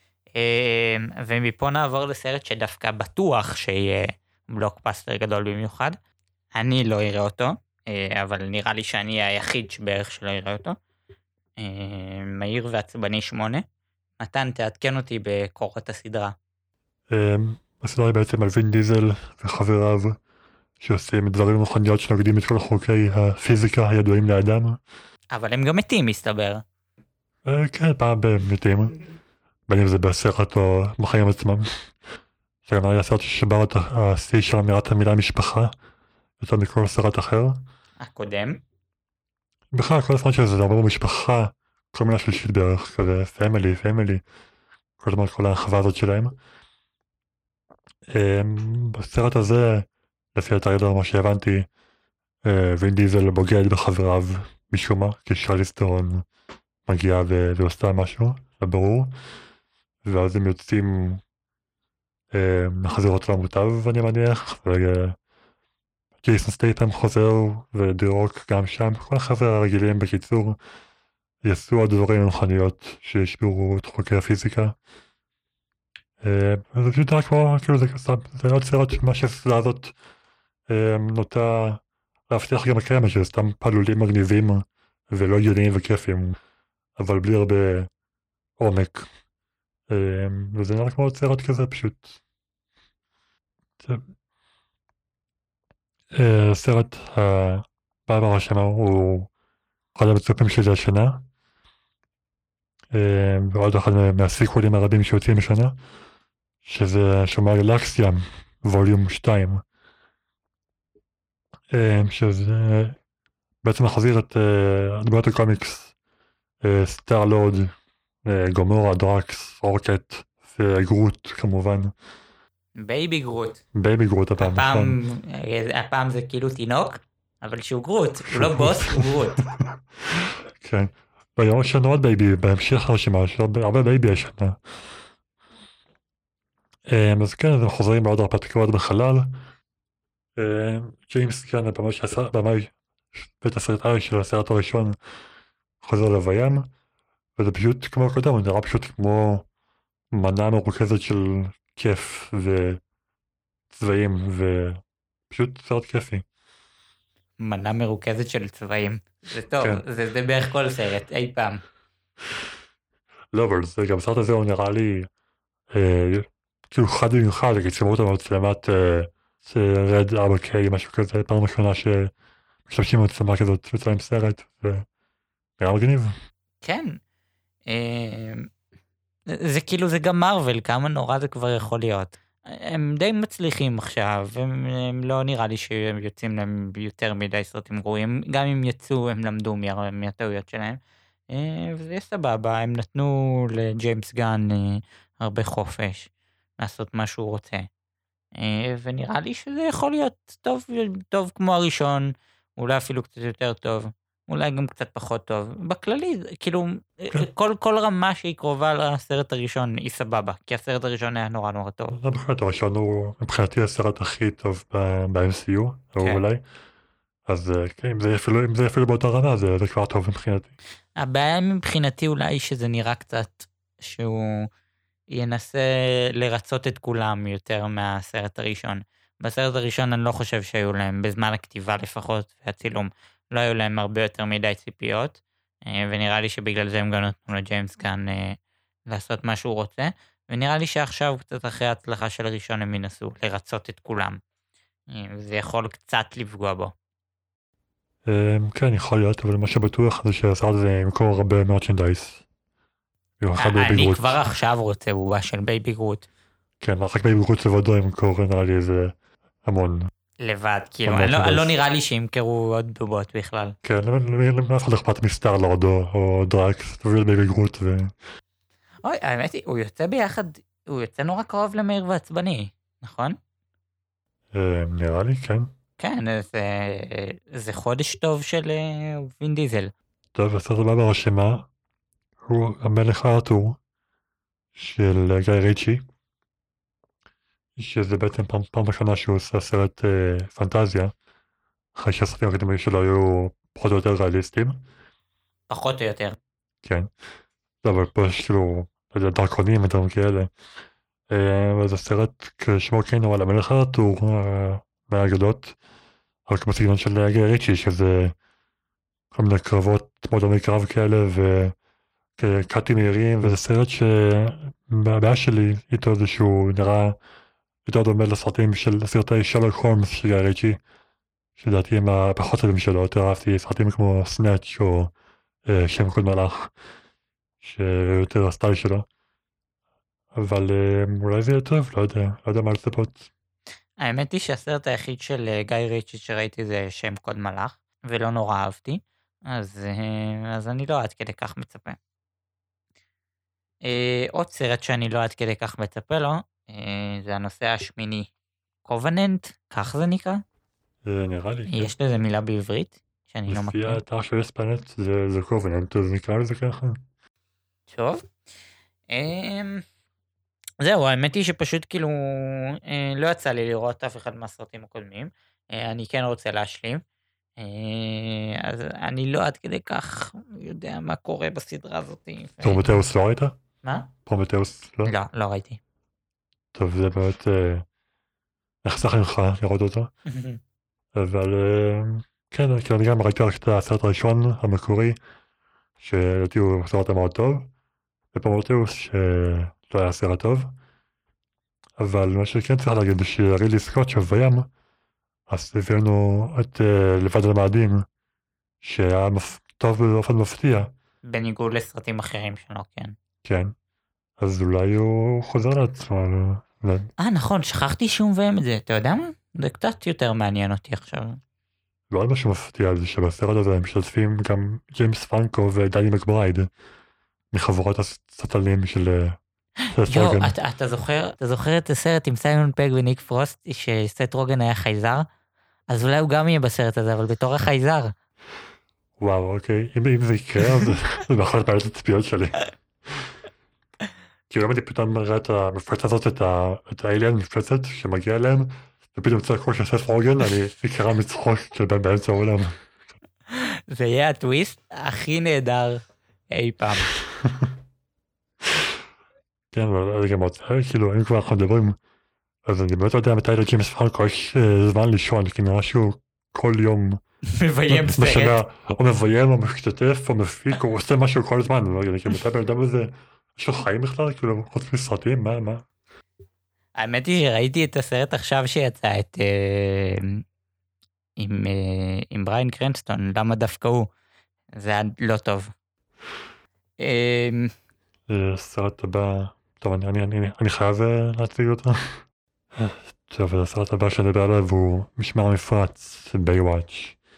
ומפה נעבור לסרט שדווקא בטוח שיהיה בלוקבאסטר גדול במיוחד. אני לא אראה אותו, אבל נראה לי שאני היחיד שבערך שלא יראה אותו. מהיר ועצבני שמונה. מתן, תעדכן אותי בקורות הסדרה. הסדרה היא בעצם על וין דיזל וחבריו שעושים דברים מכוניות שנוגדים את כל חוקי הפיזיקה הידועים לאדם. אבל הם גם מתים, מסתבר. כן, פעם במתים. בין אם זה בסרט או בחיים עצמם. זה גם היה סרט ששבר את השיא של אמירת המילה משפחה, יותר מכל סרט אחר. הקודם? בכלל, כל הזמן שזה הרבה במשפחה, כל מילה שלישית בערך, כזה פמילי, פמילי, כל הזמן כל האחווה הזאת שלהם. בסרט הזה, לפי הטריילר, מה שהבנתי, וין דיזל בוגד בחבריו משום מה, כי שרליז תרון מגיעה ועושה משהו, לא ברור, ואז הם יוצאים לחזיר אותו למוטב, אני מניח, וג'ייסון סטייטם חוזר, ודירוק גם שם, כל החבר'ה הרגילים בקיצור, יעשו עוד דברים עם מכוניות שישברו את חוקי הפיזיקה. זה פשוט היה כמו, כאילו זה זה עוד סרט שמה שהסדרה הזאת נוטה להבטיח גם הקיימת, שזה סתם פעלולים מגניבים ולא הגיוניים וכיפים, אבל בלי הרבה עומק. וזה נראה כמו עוד סרט כזה פשוט. הסרט הבא ברשימה הוא אחד המצופים שלי השנה, ועוד אחד מהסיקוולים הרבים שיוצאים השנה, שזה שומע גלקסיה ווליום שתיים, שזה בעצם מחזיר את דמויות הקומיקס סטאר לורד, גומורה, דרקס, אורקט וגרוט כמובן. בייבי גרוט. בייבי גרוט הפעם. הפעם, הפעם זה כאילו תינוק, אבל שהוא גרוט, הוא לא בוס, הוא גרוט. כן. ויום יש לנו עוד בייבי בהמשך הרשימה, הרבה בייבי יש לנו. אז כן, אז הם חוזרים בעוד הרפתקאות בחלל. ג'יימס כן, במאי בית הסרטאי של הסרט הראשון חוזר לבים, וזה פשוט כמו קודם, הוא נראה פשוט כמו מנה מרוכזת של כיף וצבעים, ופשוט סרט כיפי. מנה מרוכזת של צבעים, זה טוב, כן. זה, זה בערך כל סרט, אי פעם. לא, אבל זה גם סרט הזה הוא נראה לי אה, כאילו חד במיוחד, כי צילמו אותו במצלמת אה, רד ארבע קיי, משהו כזה, פעם ראשונה שמשתמשים במצלמה כזאת מצלמים סרט, ונראה מגניב. כן. אה, זה כאילו זה גם מרוול, כמה נורא זה כבר יכול להיות. הם די מצליחים עכשיו, הם, הם לא נראה לי שהם יוצאים להם יותר מדי סרטים גרועים, גם אם יצאו הם למדו מה, מהטעויות שלהם, אה, וזה סבבה, הם נתנו לג'יימס גן אה, הרבה חופש לעשות מה שהוא רוצה, אה, ונראה לי שזה יכול להיות טוב, טוב כמו הראשון, אולי אפילו קצת יותר טוב. אולי גם קצת פחות טוב. בכללי, כאילו, כל, כל רמה שהיא קרובה לסרט הראשון היא סבבה, כי הסרט הראשון היה נורא נורא טוב. זה בכלל, הראשון הוא מבחינתי הסרט הכי טוב ב-אם סי יו, או אולי. אז כן, אם זה אפילו, אם זה אפילו באותה רמה, זה, זה כבר טוב מבחינתי. הבעיה מבחינתי אולי שזה נראה קצת שהוא ינסה לרצות את כולם יותר מהסרט הראשון. בסרט הראשון אני לא חושב שהיו להם, בזמן הכתיבה לפחות, והצילום, לא היו להם הרבה יותר מדי ציפיות, ונראה לי שבגלל זה הם גם נתנו לג'יימס כאן לעשות מה שהוא רוצה, ונראה לי שעכשיו קצת אחרי ההצלחה של הראשון הם ינסו לרצות את כולם. זה יכול קצת לפגוע בו. כן, יכול להיות, אבל מה שבטוח זה שהסרט הזה ימכור הרבה מרצ'נדייז. אני כבר עכשיו רוצה בובה של בייבי גרוט. כן, רק בייבי גרוט לבדו ימכור, נראה לי איזה המון. לבד, כאילו, לא נראה לי שימכרו עוד בובות בכלל. כן, לא אף אחד אכפת מסטאר לורד או דרקס, תביא לבייבי גרוט ו... אוי, האמת היא, הוא יוצא ביחד, הוא יוצא נורא קרוב למהיר ועצבני, נכון? נראה לי, כן. כן, זה חודש טוב של וין דיזל. טוב, הסרט הבא ברשימה הוא המלך ארתור של גיא ריצ'י, שזה בעצם פעם, פעם ראשונה שהוא עושה סרט אה, פנטזיה, אחרי שהסרטים הקדומים שלו היו פחות או יותר ריאליסטיים. פחות או יותר. כן. לא, אבל פה יש כאילו, לא יודע, דרקונים ודברים כאלה. אה, וזה סרט כשמו כן הוא על המלך ארתור, אה, מהאגדות, רק בסגנון של גיא ריצ'י, שזה כל מיני קרבות, מועדוני קרב כאלה, וקאטים מהירים, וזה סרט שהבעיה שלי איתו זה שהוא נראה יותר דומה לסרטים של סרטי שלוק הולמס של גיא ריצ'י, שלדעתי הם הפחות טובים שלו, יותר אהבתי סרטים כמו סנאץ' או אה, שם קוד מלאך, שיותר הסטייל שלו, אבל אה, אולי זה יהיה טוב, לא יודע, לא יודע מה לצפות. האמת היא שהסרט היחיד של אה, גיא ריצ'י שראיתי זה שם קוד מלאך, ולא נורא אהבתי, אז, אה, אז אני לא עד כדי כך מצפה. אה, עוד סרט שאני לא עד כדי כך מצפה לו, אה, זה הנושא השמיני, קובננט, כך זה נקרא? זה נראה לי, כן. יש לזה מילה בעברית, שאני לא לפי מכיר. האתר של אספנט זה זה קובננט, אז נקרא לזה ככה. טוב. אמ, זהו, האמת היא שפשוט כאילו אה, לא יצא לי לראות אף אחד מהסרטים הקודמים. אה, אני כן רוצה להשלים. אה, אז אני לא עד כדי כך יודע מה קורה בסדרה הזאת. ו- פרומטאוס לא ראית? מה? פרומטאוס לא? לא, לא ראיתי. טוב, זה באמת אה, נחסך ממך לראות אותו. אבל אה, כן, כאילו אני גם ראיתי רק את הסרט הראשון המקורי, שלדעתי הוא סרט מאוד טוב, ופרומטאוס שלא היה סרט טוב. אבל מה שכן צריך להגיד, שרילי סקוט שוב בים, אז הבאנו את אה, לבד על המאדים, שהיה מפ... טוב באופן מפתיע, בניגוד לסרטים אחרים שלו, כן. כן. אז אולי הוא חוזר לעצמו. לא- לא- אה, נכון, שכחתי שהוא מביים את זה. אתה יודע מה? זה קצת יותר מעניין אותי עכשיו. לא עוד משהו מפתיע זה שבסרט הזה הם משתתפים גם ג'יימס פרנקו ודני מקברייד, מחבורת הסטלים של אה, של סט יואו, רוגן. אתה, אתה זוכר, אתה זוכר את הסרט עם סיימון פג וניק פרוסט, שסט רוגן היה חייזר? אז אולי הוא גם יהיה בסרט הזה, אבל בתור החייזר. וואו, אוקיי, אם, אם זה יקרה, אז זה בהחלט בעלת הציפיות שלי. כי אם אני פתאום מראה את המפלצת הזאת, את ה- את האליאן מפלצת שמגיע אליהם, ופתאום יוצא הקול של סט רוגן, אני אקרא מצחוק כאילו באמצע העולם. זה יהיה הטוויסט הכי נהדר אי פעם. כן, אבל אני גם רוצה, כאילו, אם כבר אנחנו מדברים, אז אני באמת לא יודע מתי לג'יימס פרנקו יש אה, זמן לישון, כי נראה שהוא כל יום מביים משנה, סרט. או מביים, או משתתף, או מפיק, או עושה משהו כל הזמן, ואני כאילו, מתי בן אדם הזה, יש לו חיים בכלל, כאילו, חוץ מסרטים, מה, מה? האמת היא שראיתי את הסרט עכשיו שיצא את... אה, עם, אה, עם בריין קרנסטון, למה דווקא הוא? זה היה לא טוב. אה, אה, הסרט הבא, טוב, אני, אני, אני, אני חייב אה, להציג אותו. טוב, אז הסרט הבא שנדבר עליו הוא משמר המפרץ, ביי-וואץ',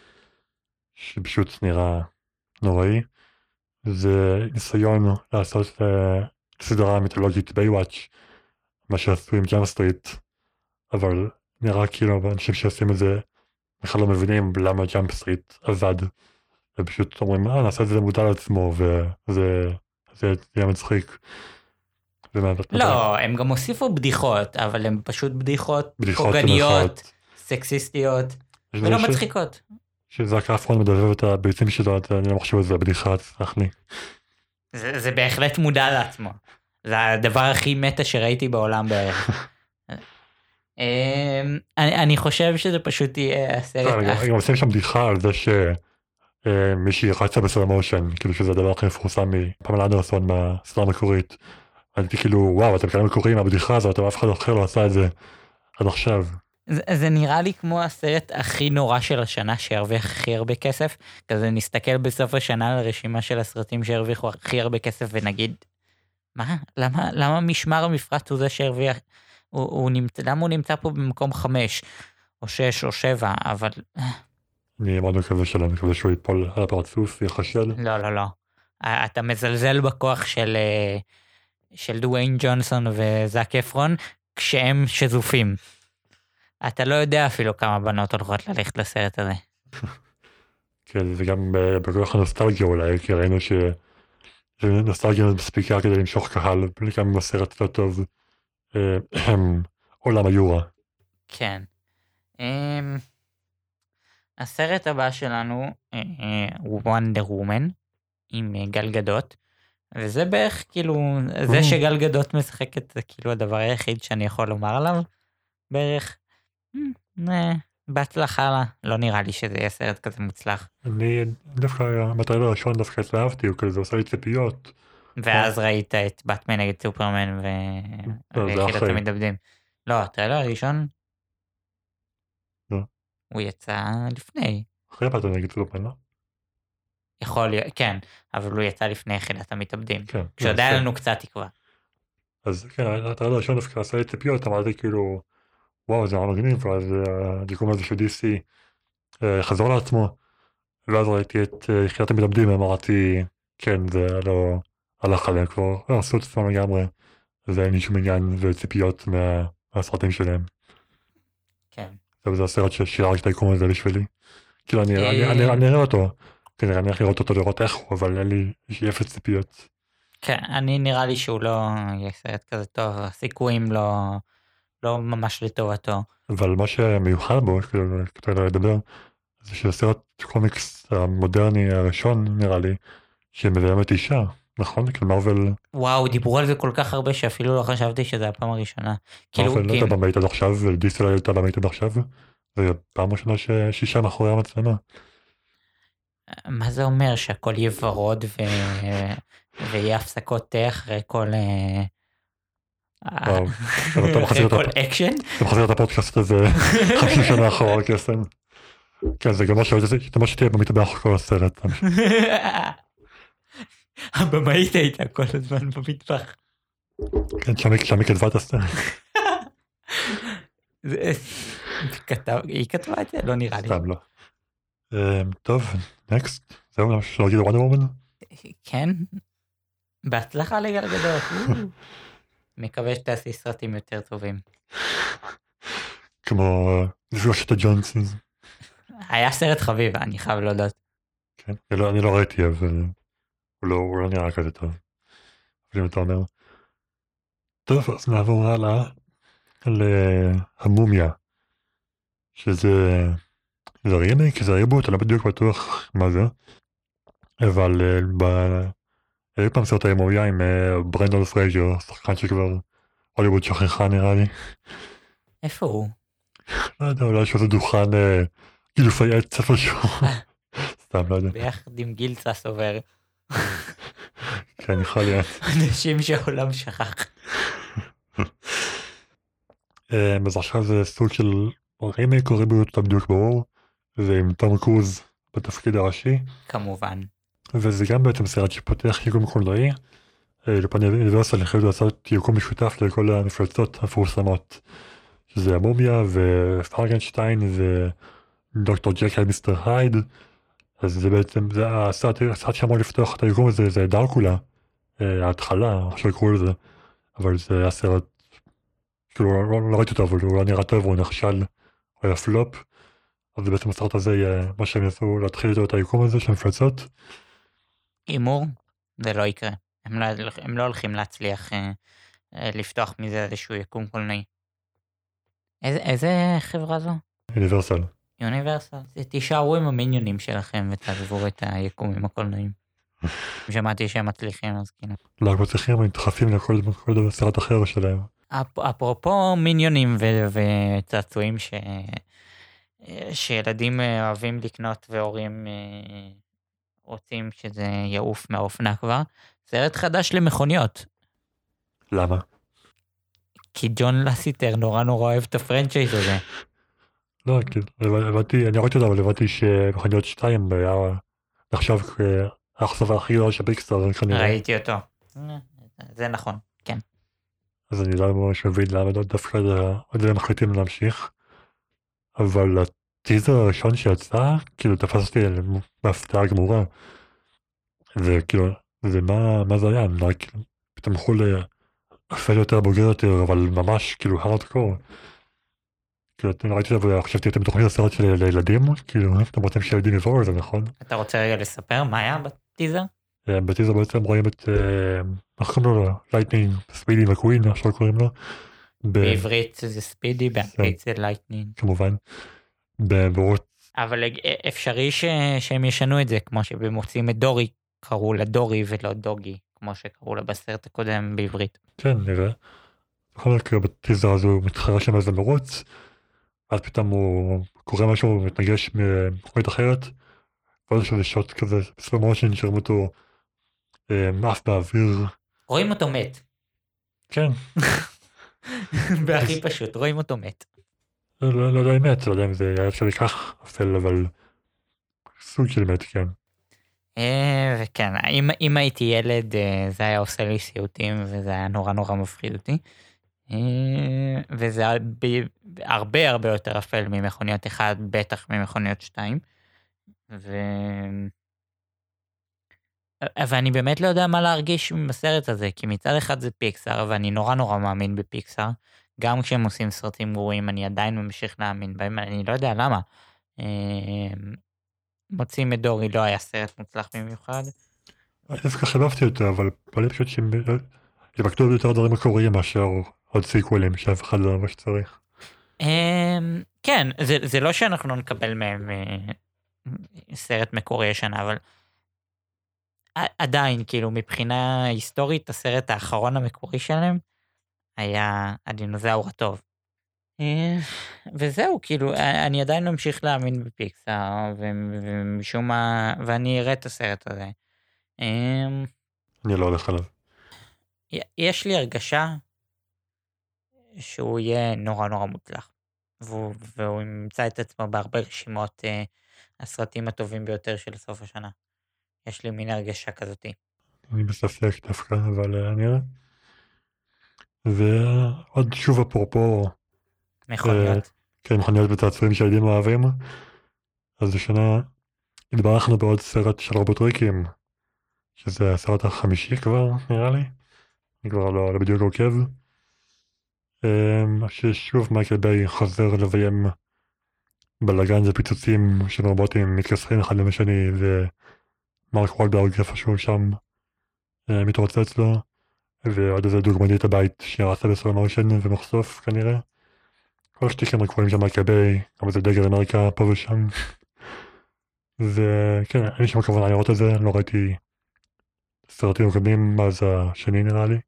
שפשוט נראה נוראי. זה ניסיון לעשות אה, סדרה מיתולוגית ביי-וואץ', מה שעשו עם ג'אמפ סטריט, אבל נראה כאילו אנשים שעושים את זה בכלל לא מבינים למה ג'אמפ סטריט עבד, ופשוט אומרים, אה, נעשה את זה מודע לעצמו, וזה זה יהיה מצחיק. ומה, לא, הם גם הוסיפו בדיחות, אבל הם פשוט בדיחות בדיחות פוגעניות, במירכאות. סקסיסטיות, יש ולא דברים ש- מצחיקות. שזק אפרון מדבב את הביצים שלו, אני לא חושב שזה בדיחה, תסלח לי. זה, זה בהחלט מודע לעצמו. זה הדבר הכי מטה שראיתי בעולם בערך. אמ, אני, אני חושב שזה פשוט יהיה לא, הסרט. הם גם- הכ- הם גם עושים שם בדיחה על זה שמישהי רצה בסלו מושן, כאילו שזה הדבר הכי מפורסם מפמלה אנדרסון מהסדרה המקורית. הייתי כאילו, וואו, אתם כאלה מקוריים מהבדיחה הזאת, אבל אף אחד אחר לא עשה את זה עד עכשיו. זה, זה נראה לי כמו הסרט הכי נורא של השנה שהרוויח הכי הרבה כסף. כזה נסתכל בסוף השנה על הרשימה של הסרטים שהרוויחו הכי הרבה כסף ונגיד, מה? למה, למה משמר המפרץ הוא זה שהרוויח? הוא, הוא נמצא, למה הוא נמצא פה במקום חמש, או שש, או שבע, אבל אני מאוד מקווה שלא, אני מקווה שהוא ייפול על הפרצוף, יחשד. לא, לא, לא. אתה מזלזל בכוח של, אה, של דוויין ג'ונסון וזק אפרון, כשהם שזופים. אתה לא יודע אפילו כמה בנות הולכות ללכת לסרט הזה. כן, וגם ב- בכוח הנוסטלגיה אולי, כי ראינו ש... שנוסטלגיה מספיקה כדי למשוך קהל, גם אם הסרט לא טוב, אה, עולם היורה. כן. אמ, הסרט הבא שלנו אה, אה, הוא וונדר וומן, עם אה, גל גדות, וזה בערך כאילו, זה Mm. שגל גדות משחקת, זה כאילו הדבר היחיד שאני יכול לומר עליו, בערך. אמ, אה, בהצלחה לה, לא נראה לי שזה יהיה סרט כזה מוצלח. אני דווקא, בטריילר הראשון דווקא התלהבתי, הוא כזה עושה לי ציפיות. ואז ראית את באטמן נגד סופרמן ו... לא, זה ויחידת אחרי. המתאבדים. לא, הטריילר הראשון, לא. הוא יצא לפני. אחרי באטמן נגד סופרמן, לא? יכול להיות, כן, אבל הוא יצא לפני יחידת המתאבדים. כן. שעוד לא, היה בסדר. לנו קצת תקווה. אז כן, הטריילר הראשון דווקא עשה לי ציפיות, אמרתי כאילו, וואו, זה היה מגניב, ואז הדיכום הזה של די סי חזר לעצמו, ואז ראיתי את יחידת המתאבדים, אמרתי, כן, זה לא הלך עליהם כבר, לא, עשו את עצמם לגמרי, אז אין לי שום עניין וציפיות מהסרטים שלהם. כן. זה הסרט ששירק את היקום הזה בשבילי. כאילו, אני אראה אותו, כנראה אני הולך לראות אותו, לראות איך הוא, אבל אין לי אפס ציפיות. כן, אני נראה לי שהוא לא יהיה סרט כזה טוב, הסיכויים לא, לא ממש לטובתו. אבל מה שמיוחד בו, כדי לדבר, זה שהסרט קומיקס המודרני הראשון, נראה לי, שמביימת אישה, נכון? כאילו מרוול... וואו, דיברו על זה כל כך הרבה שאפילו לא חשבתי שזה הפעם הראשונה. מרוול לא הייתה במאית עד עכשיו, ודיסי לא הייתה במאית עד עכשיו, זה פעם ראשונה שישה מאחורי המצלמה. מה זה אומר? שהכל יהיה ורוד ו... ויהיה הפסקות תה אחרי כל... וואו, אחרי כל אקשן? אתה מחזיר את הפודקאסט הזה חמישים שנה אחורה קסם. כן, זה גם מה שתהיה במטבח כל הסרט. הבמאית הייתה כל הזמן במטבח. כן, שמי כתבה את הסרט. היא כתבה את זה? לא נראה לי. סתם לא. טוב, נקסט. זהו, למה שלא להגיד וונדר וומן? כן. בהצלחה לגל גדול. מקווה שתעשי סרטים יותר טובים. כמו שלושת הג'ונסים. היה סרט חביב, אני חייב להודות. כן, אני לא ראיתי, אבל הוא לא נראה כזה טוב. אבל אם אתה אומר. טוב, אז נעבור הלאה להמומיה. שזה... זה רימיק, זה ריבוט, אני לא בדיוק בטוח מה זה. אבל היו פעם סרט המומיה עם ברנדון פרייג'ר, שחקן שכבר הוליווד שכחה נראה לי. איפה הוא? לא יודע, אולי יש איזה דוכן גילופי עץ איפשהו. סתם, לא יודע. ביחד עם גיל צסובר. כן, יכול להיות. אנשים שהעולם שכח. אז עכשיו זה סוג של רימיק או ריבוט, לא בדיוק ברור. זה עם תום קרוז בתפקיד הראשי. כמובן. וזה גם בעצם סרט שפותח יקום קולנועי. אוניברסל החליטו לעשות יקום משותף לכל המפלצות המפורסמות. שזה המומיה ופרגנשטיין ודוקטור ג'קיל מיסטר הייד. אז זה בעצם, זה הסרט, הסרט שאמור לפתוח את היקום הזה, זה דרקולה, ההתחלה, איך שקראו לזה, אבל זה היה סרט, כאילו לא, לא ראיתי אותו, אבל הוא לא נראה טוב, הוא נכשל, הוא היה פלופ, אז זה בעצם הסרט הזה יהיה מה שהם יעשו להתחיל איתו את היקום הזה של מפלצות. אימור, זה לא יקרה, הם לא, הם לא הולכים להצליח אה, אה, לפתוח מזה איזשהו יקום קולנועי. איזה, איזה חברה זו? אוניברסל. יוניברסל. תישארו עם המיניונים שלכם ותעזבו את היקומים הקולנועיים. שמעתי שהם מצליחים, אז כאילו. לא, הם מצליחים, הם מתחפים לכל דבר סרט אחר שלהם. אפ, אפרופו מיניונים ו- וצעצועים ש... שילדים אוהבים לקנות והורים רוצים שזה יעוף מהאופנה כבר, סרט חדש למכוניות. למה? כי ג'ון לסיטר נורא נורא אוהב את הפרנצ'ייז הזה. לא, הבנתי, אני ראיתי אותה, אבל הבנתי שמכוניות שתיים היה נחשב האכזבה הכי גדולה של פיקסאר כנראה. ראיתי אותו. זה נכון, כן. אז אני לא ממש מבין למה דווקא עוד הם מחליטים להמשיך. אבל הטיזר הראשון שיצא, כאילו תפס אותי בהפתעה גמורה. וכאילו, זה מה, מה זה היה? פתאום הלכו לאפל יותר בוגר יותר, אבל ממש כאילו הארדקור. כאילו, אני ראיתי את זה וחשבתי, אתם תוכלי לסרט של לילדים? כאילו, אתם רוצים שילדים יבואו לזה, נכון? אתה רוצה רגע לספר מה היה בטיזר? בטיזר בעצם רואים את, איך קוראים לו? לייטנינג, ספידי מקווין, איך שקוראים לו? בעברית זה ספידי, באנגלית זה לייטנינג. כמובן. בעברות. אבל אפשרי שהם ישנו את זה, כמו שבמוצאים את דורי, קראו לה דורי ולא דוגי, כמו שקראו לה בסרט הקודם בעברית. כן, נראה. בכל מקרה, בטיזר הזה הוא מתחרה שם איזה מרוץ, אז פתאום הוא קורא משהו, הוא מתנגש ממכונית אחרת, ועוד יש איזה שוט כזה, בסלו מושן, שרואים אותו מאף באוויר. רואים אותו מת. כן. בהכי פשוט, רואים אותו מת. לא, לא יודע אם מת, לא יודע אם זה היה אפשר לקח אפל, אבל סוג של מת, כן. וכן, אם הייתי ילד, זה היה עושה לי סיוטים, וזה היה נורא נורא מפחיד אותי. וזה הרבה הרבה יותר אפל ממכוניות אחד, בטח ממכוניות שתיים. ו... ואני באמת לא יודע מה להרגיש עם הסרט הזה, כי מצד אחד זה פיקסאר, ואני נורא נורא מאמין בפיקסאר. גם כשהם עושים סרטים גרועים, אני עדיין ממשיך להאמין בהם, אני לא יודע למה. מוצאים את דורי לא היה סרט מוצלח במיוחד. אני דווקא חיבבתי אותו, אבל בא פשוט שהם יבקדו יותר דברים מקוריים מאשר עוד סיקוולים שאף אחד לא ממש צריך. כן, זה, זה לא שאנחנו לא נקבל מהם סרט מקורי השנה, אבל עדיין, כאילו, מבחינה היסטורית, הסרט האחרון המקורי שלהם היה הדינוזאור הטוב. וזהו, כאילו, אני עדיין ממשיך להאמין בפיקסאר, ומשום מה, ואני אראה את הסרט הזה. אני לא הולך עליו. יש לי הרגשה שהוא יהיה נורא נורא מוצלח, והוא, והוא ימצא את עצמו בהרבה רשימות אה, הסרטים הטובים ביותר של סוף השנה. יש לי מין הרגשה כזאתי. אני בספק דווקא, אבל אני אראה. ועוד שוב אפרופו מכוניות. אה, כן, מכוניות וצעצועים שילדים אוהבים, אז השנה התברכנו בעוד סרט של רובוטריקים, שזה הסרט החמישי כבר נראה לי, אני כבר לא, לא בדיוק עוקב, אה, ששוב מייקל ביי חוזר לביים בלגן ופיצוצים של רובוטים מתכסחים אחד למשני, ומרק וולברג איפשהו שם אה, מתרוצץ לו, ועוד איזה דוגמנית הבית שרצה בסלו מושן ומחשוף כנראה. כל שתיקים הקבועים של מייקל ביי, גם איזה דגל אמריקה פה ושם. וכן, אין לי שום כוונה לראות את זה, לא ראיתי סרטים קודמים מאז השני נראה לי.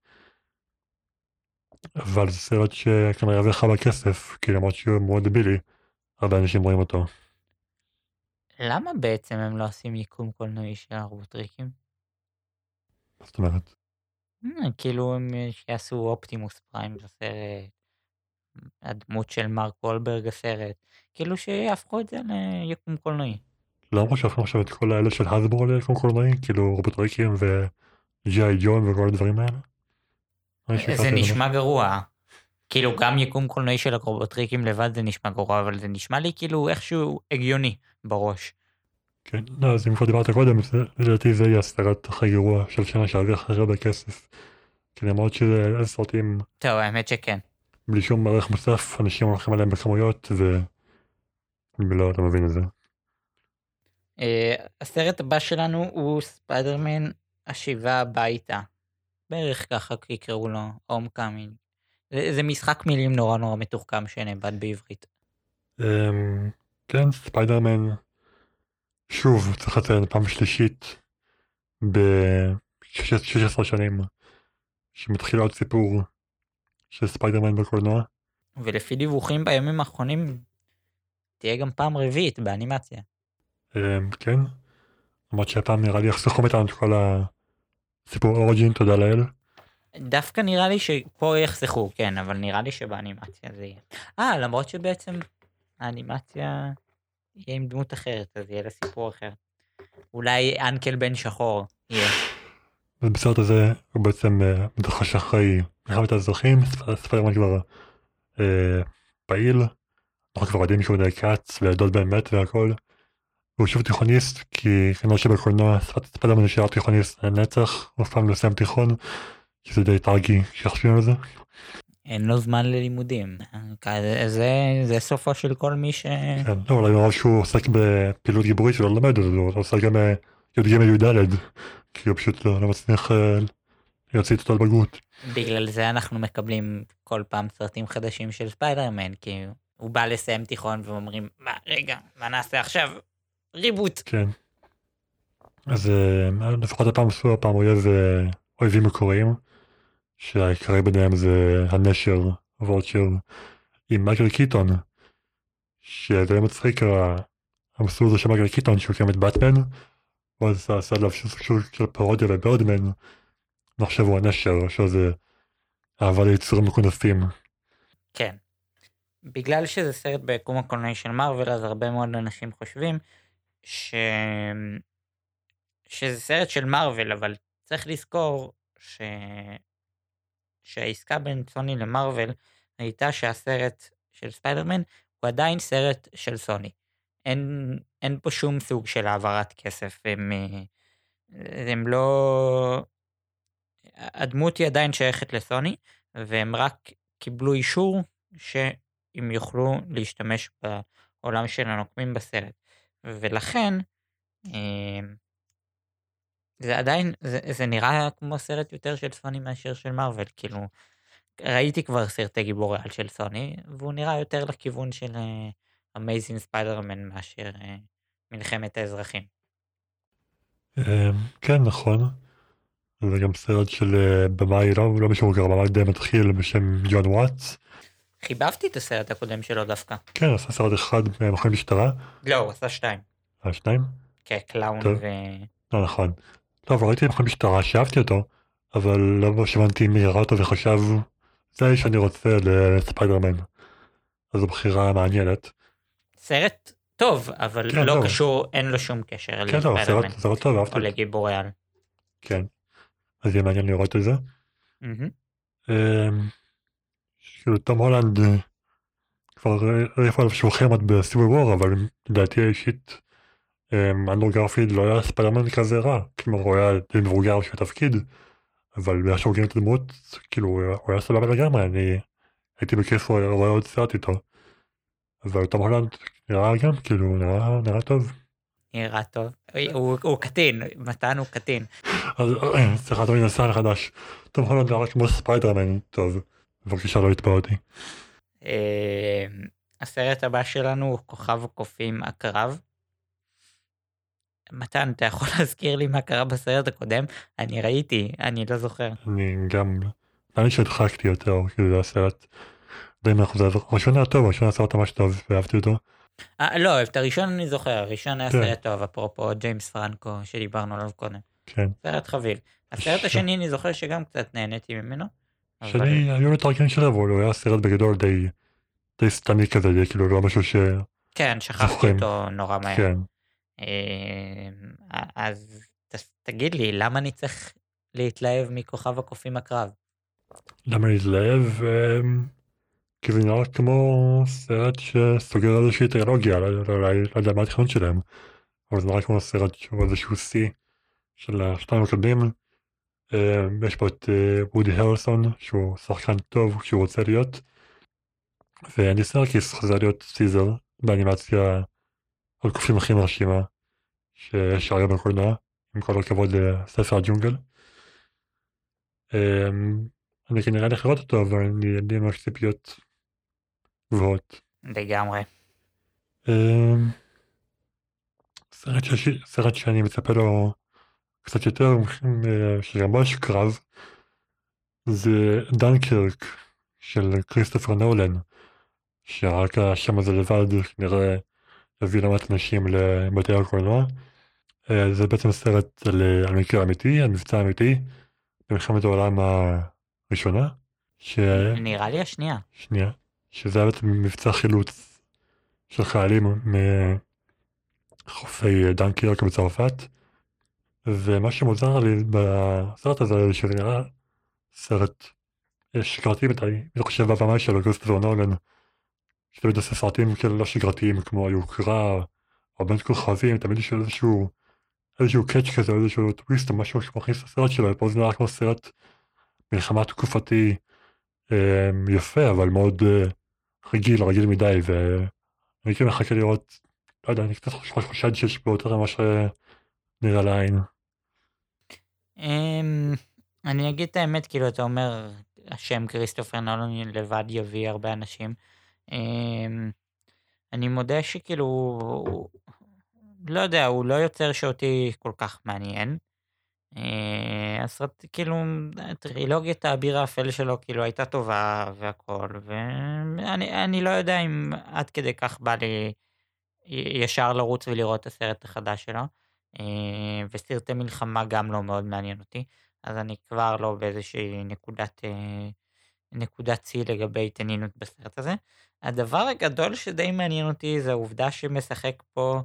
אבל זה סרט שכנראה יביא לך בכסף, כי למרות שהוא מאוד דבילי, הרבה אנשים רואים אותו. למה בעצם הם לא עושים יקום קולנועי של הרובוטריקים? זאת אומרת, כאילו הם שיעשו אופטימוס פריים בסרט, הדמות של מרק וולברג הסרט, כאילו שיהפכו את זה ליקום קולנועי. לא אמרו שהפכנו עכשיו את כל האלה של הסברו ליקום קולנועי, כאילו רובוטריקים וג'י איי ג'ון וכל הדברים האלה? זה נשמע גרוע. כאילו גם יקום קולנועי של הרובוטריקים לבד זה נשמע גרוע, אבל זה נשמע לי כאילו איכשהו הגיוני בראש. כן, לא, אז אם כבר דיברת קודם, לדעתי זה יהיה הסרט הכי גרוע של שנה שעבר הכי הרבה כסף. כי למרות שזה סרטים טוב, האמת שכן. בלי שום ערך מוסף, אנשים הולכים עליהם בכמויות, ואני לא, לא מבין את זה. הסרט הבא שלנו הוא ספיידרמן השיבה הביתה. בערך ככה יקראו לו, הום קאמינג. זה משחק מילים נורא נורא מתוחכם שנאבד בעברית. כן, ספיידרמן, שוב, צריך לציין פעם שלישית, ב-שש עשרה שנים, שמתחיל עוד סיפור של ספיידרמן בקולנוע. ולפי דיווחים בימים האחרונים, תהיה גם פעם רביעית באנימציה. כן, למרות שהפעם נראה לי יחסכו מאיתנו את כל הסיפור אוריג'ין, תודה לאל. דווקא נראה לי שפה יחסכו, כן, אבל נראה לי שבאנימציה זה יהיה. אה, למרות שבעצם האנימציה יהיה עם דמות אחרת, אז יהיה לה סיפור אחר. אולי אנקל בן שחור יהיה. ובסרט הזה הוא בעצם מתרחש אחרי מלחמת האזרחים, ספיידרמן כבר אה, פעיל, אנחנו כבר יודעים שהוא נעקץ ודוד באמת והכל. הוא שוב תיכוניסט, כי כנראה שבקולנוע ספיידרמן נשאר תיכוניסט לנצח, הוא אף פעם לא סיים תיכון, שזה די טרגי שיחשבים על זה. אין לו זמן ללימודים, זה, זה סופו של כל מי ש... כן, לא, אולי מרוב שהוא עוסק בפעילות גיבורית שלא לומד, אז הוא עושה גם י' ג' י' ד', כי הוא פשוט לא, לא מצליח להוציא את אותו לבגרות. בגלל זה אנחנו מקבלים כל פעם סרטים חדשים של ספיידרמן, כי הוא בא לסיים תיכון ואומרים, מה, רגע, מה נעשה עכשיו? ריבוט. כן. אז לפחות הפעם עשו הפעם אויב, אויבים מקוריים, שהעיקרי ביניהם זה הנשר, וולצ'ר, עם מייקל קיטון, שזה מצחיק, המסלול הזה של מייקל קיטון, שהוא קיים את באטמן, ואז עשה עליו שוב של פרודיה בברדמן, ועכשיו הוא הנשר, שזה אהבה ליצורים מקונפים. כן. בגלל שזה סרט ביקום הקולנועי של מארוול, אז הרבה מאוד אנשים חושבים ש... שזה סרט של מארוול, אבל צריך לזכור ש... שהעסקה בין סוני למארוול הייתה שהסרט של ספיידרמן, הוא עדיין סרט של סוני. אין, אין פה שום סוג של העברת כסף, הם, הם לא... הדמות היא עדיין שייכת לסוני, והם רק קיבלו אישור שהם יוכלו להשתמש בעולם של הנוקמים בסרט. ולכן, זה עדיין, זה, זה נראה כמו סרט יותר של סוני מאשר של מארוול, כאילו, ראיתי כבר סרטי גיבורי על של סוני, והוא נראה יותר לכיוון של אמייזינג uh, ספיידרמן מאשר uh, מלחמת האזרחים. כן, נכון. זה גם סרט של במאי, לא, לא משהו גר, במאי די מתחיל בשם ג'ון וואטס. חיבבתי את הסרט הקודם שלו דווקא. כן, הוא עשה סרט אחד במכון משטרה. לא, הוא עשה שתיים. אה, שניים? כן, קלאון ו... לא, נכון. טוב, ראיתי במכון משטרה, שאהבתי אותו, אבל לא שבנתי מי ראה אותו וחשב, זה האיש שאני רוצה לספיידרמן. אז זו בחירה מעניינת. סרט טוב, אבל כן, לא טוב. קשור, אין לו שום קשר כן, לא, לספיידרמן. סרט, סרט טוב, אהבתי. או לגיבורי על. כן. אז יהיה מעניין לראות את זה. Mm-hmm. כאילו, תום הולנד כבר ראיפה עליו שהוא חרמת בסיביל וור, אבל לדעתי האישית, אנדרו גרפילד לא היה ספיידרמן כזה רע. כלומר, הוא היה די מבוגר של תפקיד, אבל בגלל שהוא גיל את הדמות, כאילו, הוא היה סבבה לגמרי, אני הייתי בכיף רואה עוד סרט איתו. אבל תום הולנד נראה גם, כאילו, נראה, נראה טוב. נראה טוב. הוא, הוא קטין, מתן הוא קטין. אז סליחה, תמיד נסע לחדש. תום הולנד נראה כמו ספיידרמן טוב. בבקשה, לא יתבע אותי. הסרט הבא שלנו הוא כוכב הקופים הקרב. מתן, אתה יכול להזכיר לי מה קרה בסרט הקודם? אני ראיתי, אני לא זוכר. אני גם, נראה לי שהדחקתי יותר, כאילו זה הסרט די מאחוז, הראשון היה טוב, הראשון היה סרט ממש טוב, ואהבתי אותו. אה, לא, את הראשון אני זוכר, הראשון היה כן. סרט טוב, אפרופו ג'יימס פרנקו שדיברנו עליו קודם. כן. סרט חביב. הסרט ש... השני אני זוכר שגם קצת נהניתי ממנו. שני, היו לו את הרגעים שלו, אבל הוא היה סרט בגדול די, די סתמי כזה, די כאילו לא משהו ש... כן, שכחתי אותו נורא מהר. כן. אז תגיד לי, למה אני צריך להתלהב מכוכב הקופים הקרב? למה להתלהב? כי זה נראה כמו סרט שסוגר איזושהי טרילוגיה, לא יודע מה התכנון שלהם, אבל זה נראה כמו סרט שהוא איזשהו שיא של השתיים הקודמים. יש פה את וודי הרלסון, שהוא שחקן טוב שהוא רוצה להיות, ואנדי סרקיס חוזר להיות סיזר באנימציה על קופים הכי מרשימה שיש הרי בקולנוע, עם כל הכבוד לספר הג'ונגל. אני כנראה הולך לראות אותו, אבל אני יודע ממש ציפיות גבוהות. לגמרי. סרט, שש... סרט שאני מצפה לו קצת יותר, שגם בו יש קרב, זה דנקירק של כריסטופר נולן, שרק השם הזה לבד נראה הביא למעט אנשים לבתי הקולנוע. זה בעצם סרט על, על מקרה אמיתי, על מבצע אמיתי, במלחמת העולם הראשונה. ש... נראה לי השנייה. שנייה. שזה היה בעצם מבצע חילוץ של חיילים מחופי דנקירק בצרפת. ומה שמוזר לי בסרט הזה, שזה נראה סרט שגרתי מדי, אני חושב בהבמה שלו, כריסטופר נולן, שתמיד עושה סרטים כאלה לא שגרתיים, כמו היוקרה, או בין כוכבים, תמיד יש איזשהו, איזשהו קאץ' כזה, איזשהו טוויסט, או משהו שמכניס לסרט שלו, ופה זה נראה כמו סרט מלחמה תקופתי אה, יפה, אבל מאוד אה, רגיל, רגיל מדי, ואני כאילו מחכה לראות, לא יודע, אני קצת חושד שיש פה יותר ממה שנראה לעין. אני אגיד את האמת, כאילו אתה אומר, השם כריסטופר נולן לבד יביא הרבה אנשים. אני מודה שכאילו, לא יודע, הוא לא יוצר שאותי כל כך מעניין. הסרט, כאילו, טרילוגיית האביר האפל שלו, כאילו, הייתה טובה והכל, ואני אני לא יודע אם עד כדי כך בא לי ישר לרוץ ולראות את הסרט החדש שלו, וסרטי מלחמה גם לא מאוד מעניין אותי, אז אני כבר לא באיזושהי נקודת, נקודת צי לגבי התעניינות בסרט הזה. הדבר הגדול שדי מעניין אותי זה העובדה שמשחק פה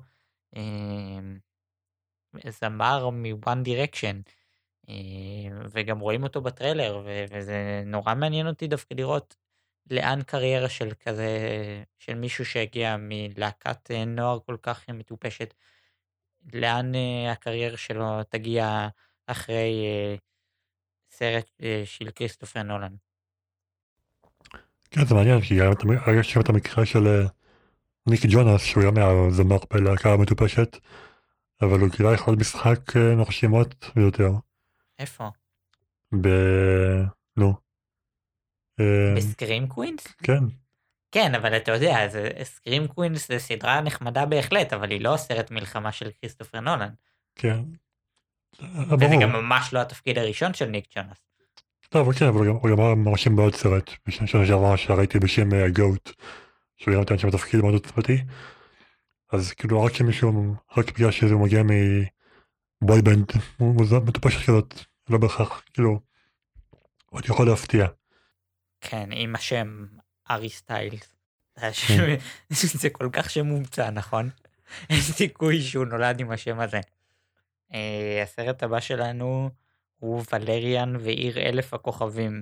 זמר מ-One Direction, וגם רואים אותו בטריילר, וזה נורא מעניין אותי דווקא לראות לאן קריירה של כזה, של מישהו שהגיע מלהקת אה, נוער כל כך מטופשת, לאן אה, הקריירה שלו תגיע אחרי אה, סרט אה, של כריסטופר נולן. כן, זה מעניין, כי היה את- היה שם את המקרה של אה, ניק ג'ונס, שהוא גם היה זמר בלהקה המטופשת, אבל הוא גילה יכולת משחק אה, מרשימות ביותר. איפה? ב... נו. אה, בסקרים קווינס? כן, כן, אבל אתה יודע, זה- סקרים קווינס זה סדרה נחמדה בהחלט, אבל היא לא סרט מלחמה של כריסטופר נולן. כן. אה, וזה ברור. גם ממש לא התפקיד הראשון של ניק ג'ונס. לא, אבל כן, אבל הוא גם- הוא גם היה מרשים בעוד סרט, בשנה שעברה שראיתי בשם גוט, שהוא גם נתן שם תפקיד מאוד עוצמתי, אז כאילו רק שמישהו, רק בגלל שהוא מגיע מבויבנד, הוא מוזר מטופשת כזאת, לא בהכרח, כאילו, עוד יכול להפתיע. כן, עם השם ארי סטיילס. זה השם- זה כל כך שם מומצא, נכון? אין סיכוי שהוא נולד עם השם הזה. אה, הסרט הבא שלנו הוא ולריאן ועיר אלף הכוכבים,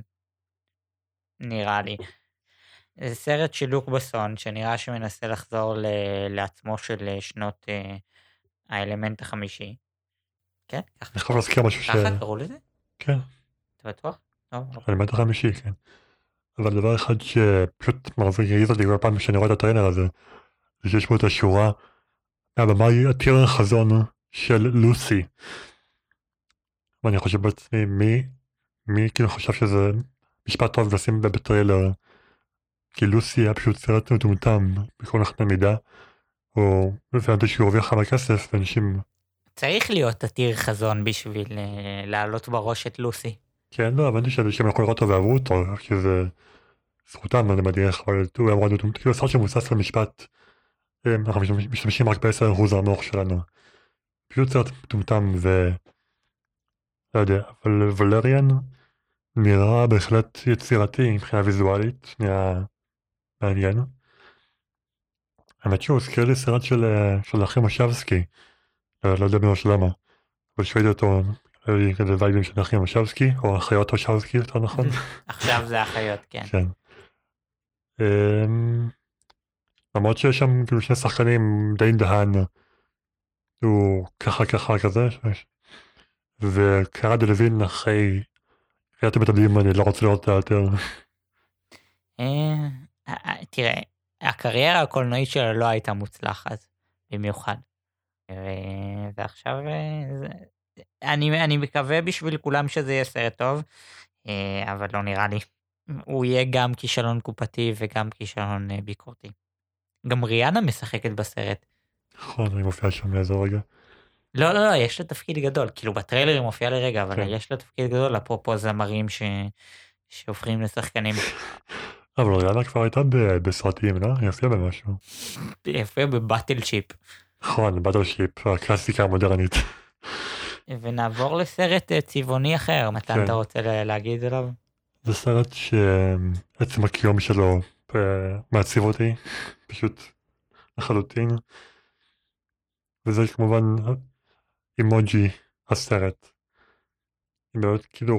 נראה לי. זה סרט של לוק בסון, שנראה שמנסה לחזור ל- לעצמו של אה, שנות אה, האלמנט החמישי. כן? ככה- אני חייב להזכיר משהו ש... ככה קראו לזה? כן, אתה בטוח? לא, לא. האלמנט החמישי, כן. אבל דבר אחד שפשוט מרגיז אותי כל פעם שאני רואה את הטריילר הזה, זה שיש פה את השורה, הבמאי עתיר החזון של לוסי. ואני חושב בעצמי, מי, מי כאילו חשב שזה משפט טוב לשים בטריילר, כי לוסי היה פשוט סרט מטומטם בכל נכנה מידה, או הבנתי שהוא הרוויח כמה כסף, ואנשים, צריך להיות עתיר חזון בשביל אה, לעלות בראש את לוסי. כן, לא, הבנתי שאנשים יכולים לראות אותו ועברו אותו, כי זה זכותם, אני מדריך, אבל הוא אמרו לנו, כאילו סרט שמבוסס על משפט, אה, אנחנו משתמשים רק ב-עשרה אחוז המוח שלנו. פשוט סרט מטומטם ו... לא יודע, אבל ולריאן נראה בהחלט יצירתי מבחינה ויזואלית, נראה מעניין. האמת שהוא הזכיר לי סרט של, אה, של אחים משבסקי, לא לא יודע ממש למה, אבל שראיתי אותו, היה לי כזה וייבים של אחים משבסקי, או אחיות משבסקי יותר נכון. עכשיו זה החיות, כן. כן. אמ, למרות שיש שם כאילו שני שחקנים די דהן, הוא ככה ככה כזה, וקרא דלווין אחרי קריאת המתאבדים, אני לא רוצה לראות אותה יותר. אה, אה, תראה, הקריירה הקולנועית שלו לא הייתה מוצלחת במיוחד. ו- ועכשיו אה, זה- אני אני מקווה בשביל כולם שזה יהיה סרט טוב, אה, אבל לא נראה לי. הוא יהיה גם כישלון קופתי וגם כישלון אה, ביקורתי. גם ריאנה משחקת בסרט. נכון, אני מופיע שם לאיזה רגע. לא, לא, לא, יש לה תפקיד גדול. כאילו בטריילר היא מופיעה לרגע, אבל כן. יש לה תפקיד גדול, אפרופו זמרים ש... שהופכים לשחקנים. אבל ריאנה כבר הייתה ב- בסרטים, לא? היא הופיעה במשהו. יפה בבטל צ'יפ. נכון, באטלשיפ, הקלאסיקה המודרנית. ונעבור לסרט אה, צבעוני אחר. מתן, כן. אתה רוצה ל- להגיד עליו? זה סרט שעצם הקיום שלו אה, מעציב אותי, פשוט לחלוטין. וזה כמובן אימוג'י הסרט. היא באמת כאילו,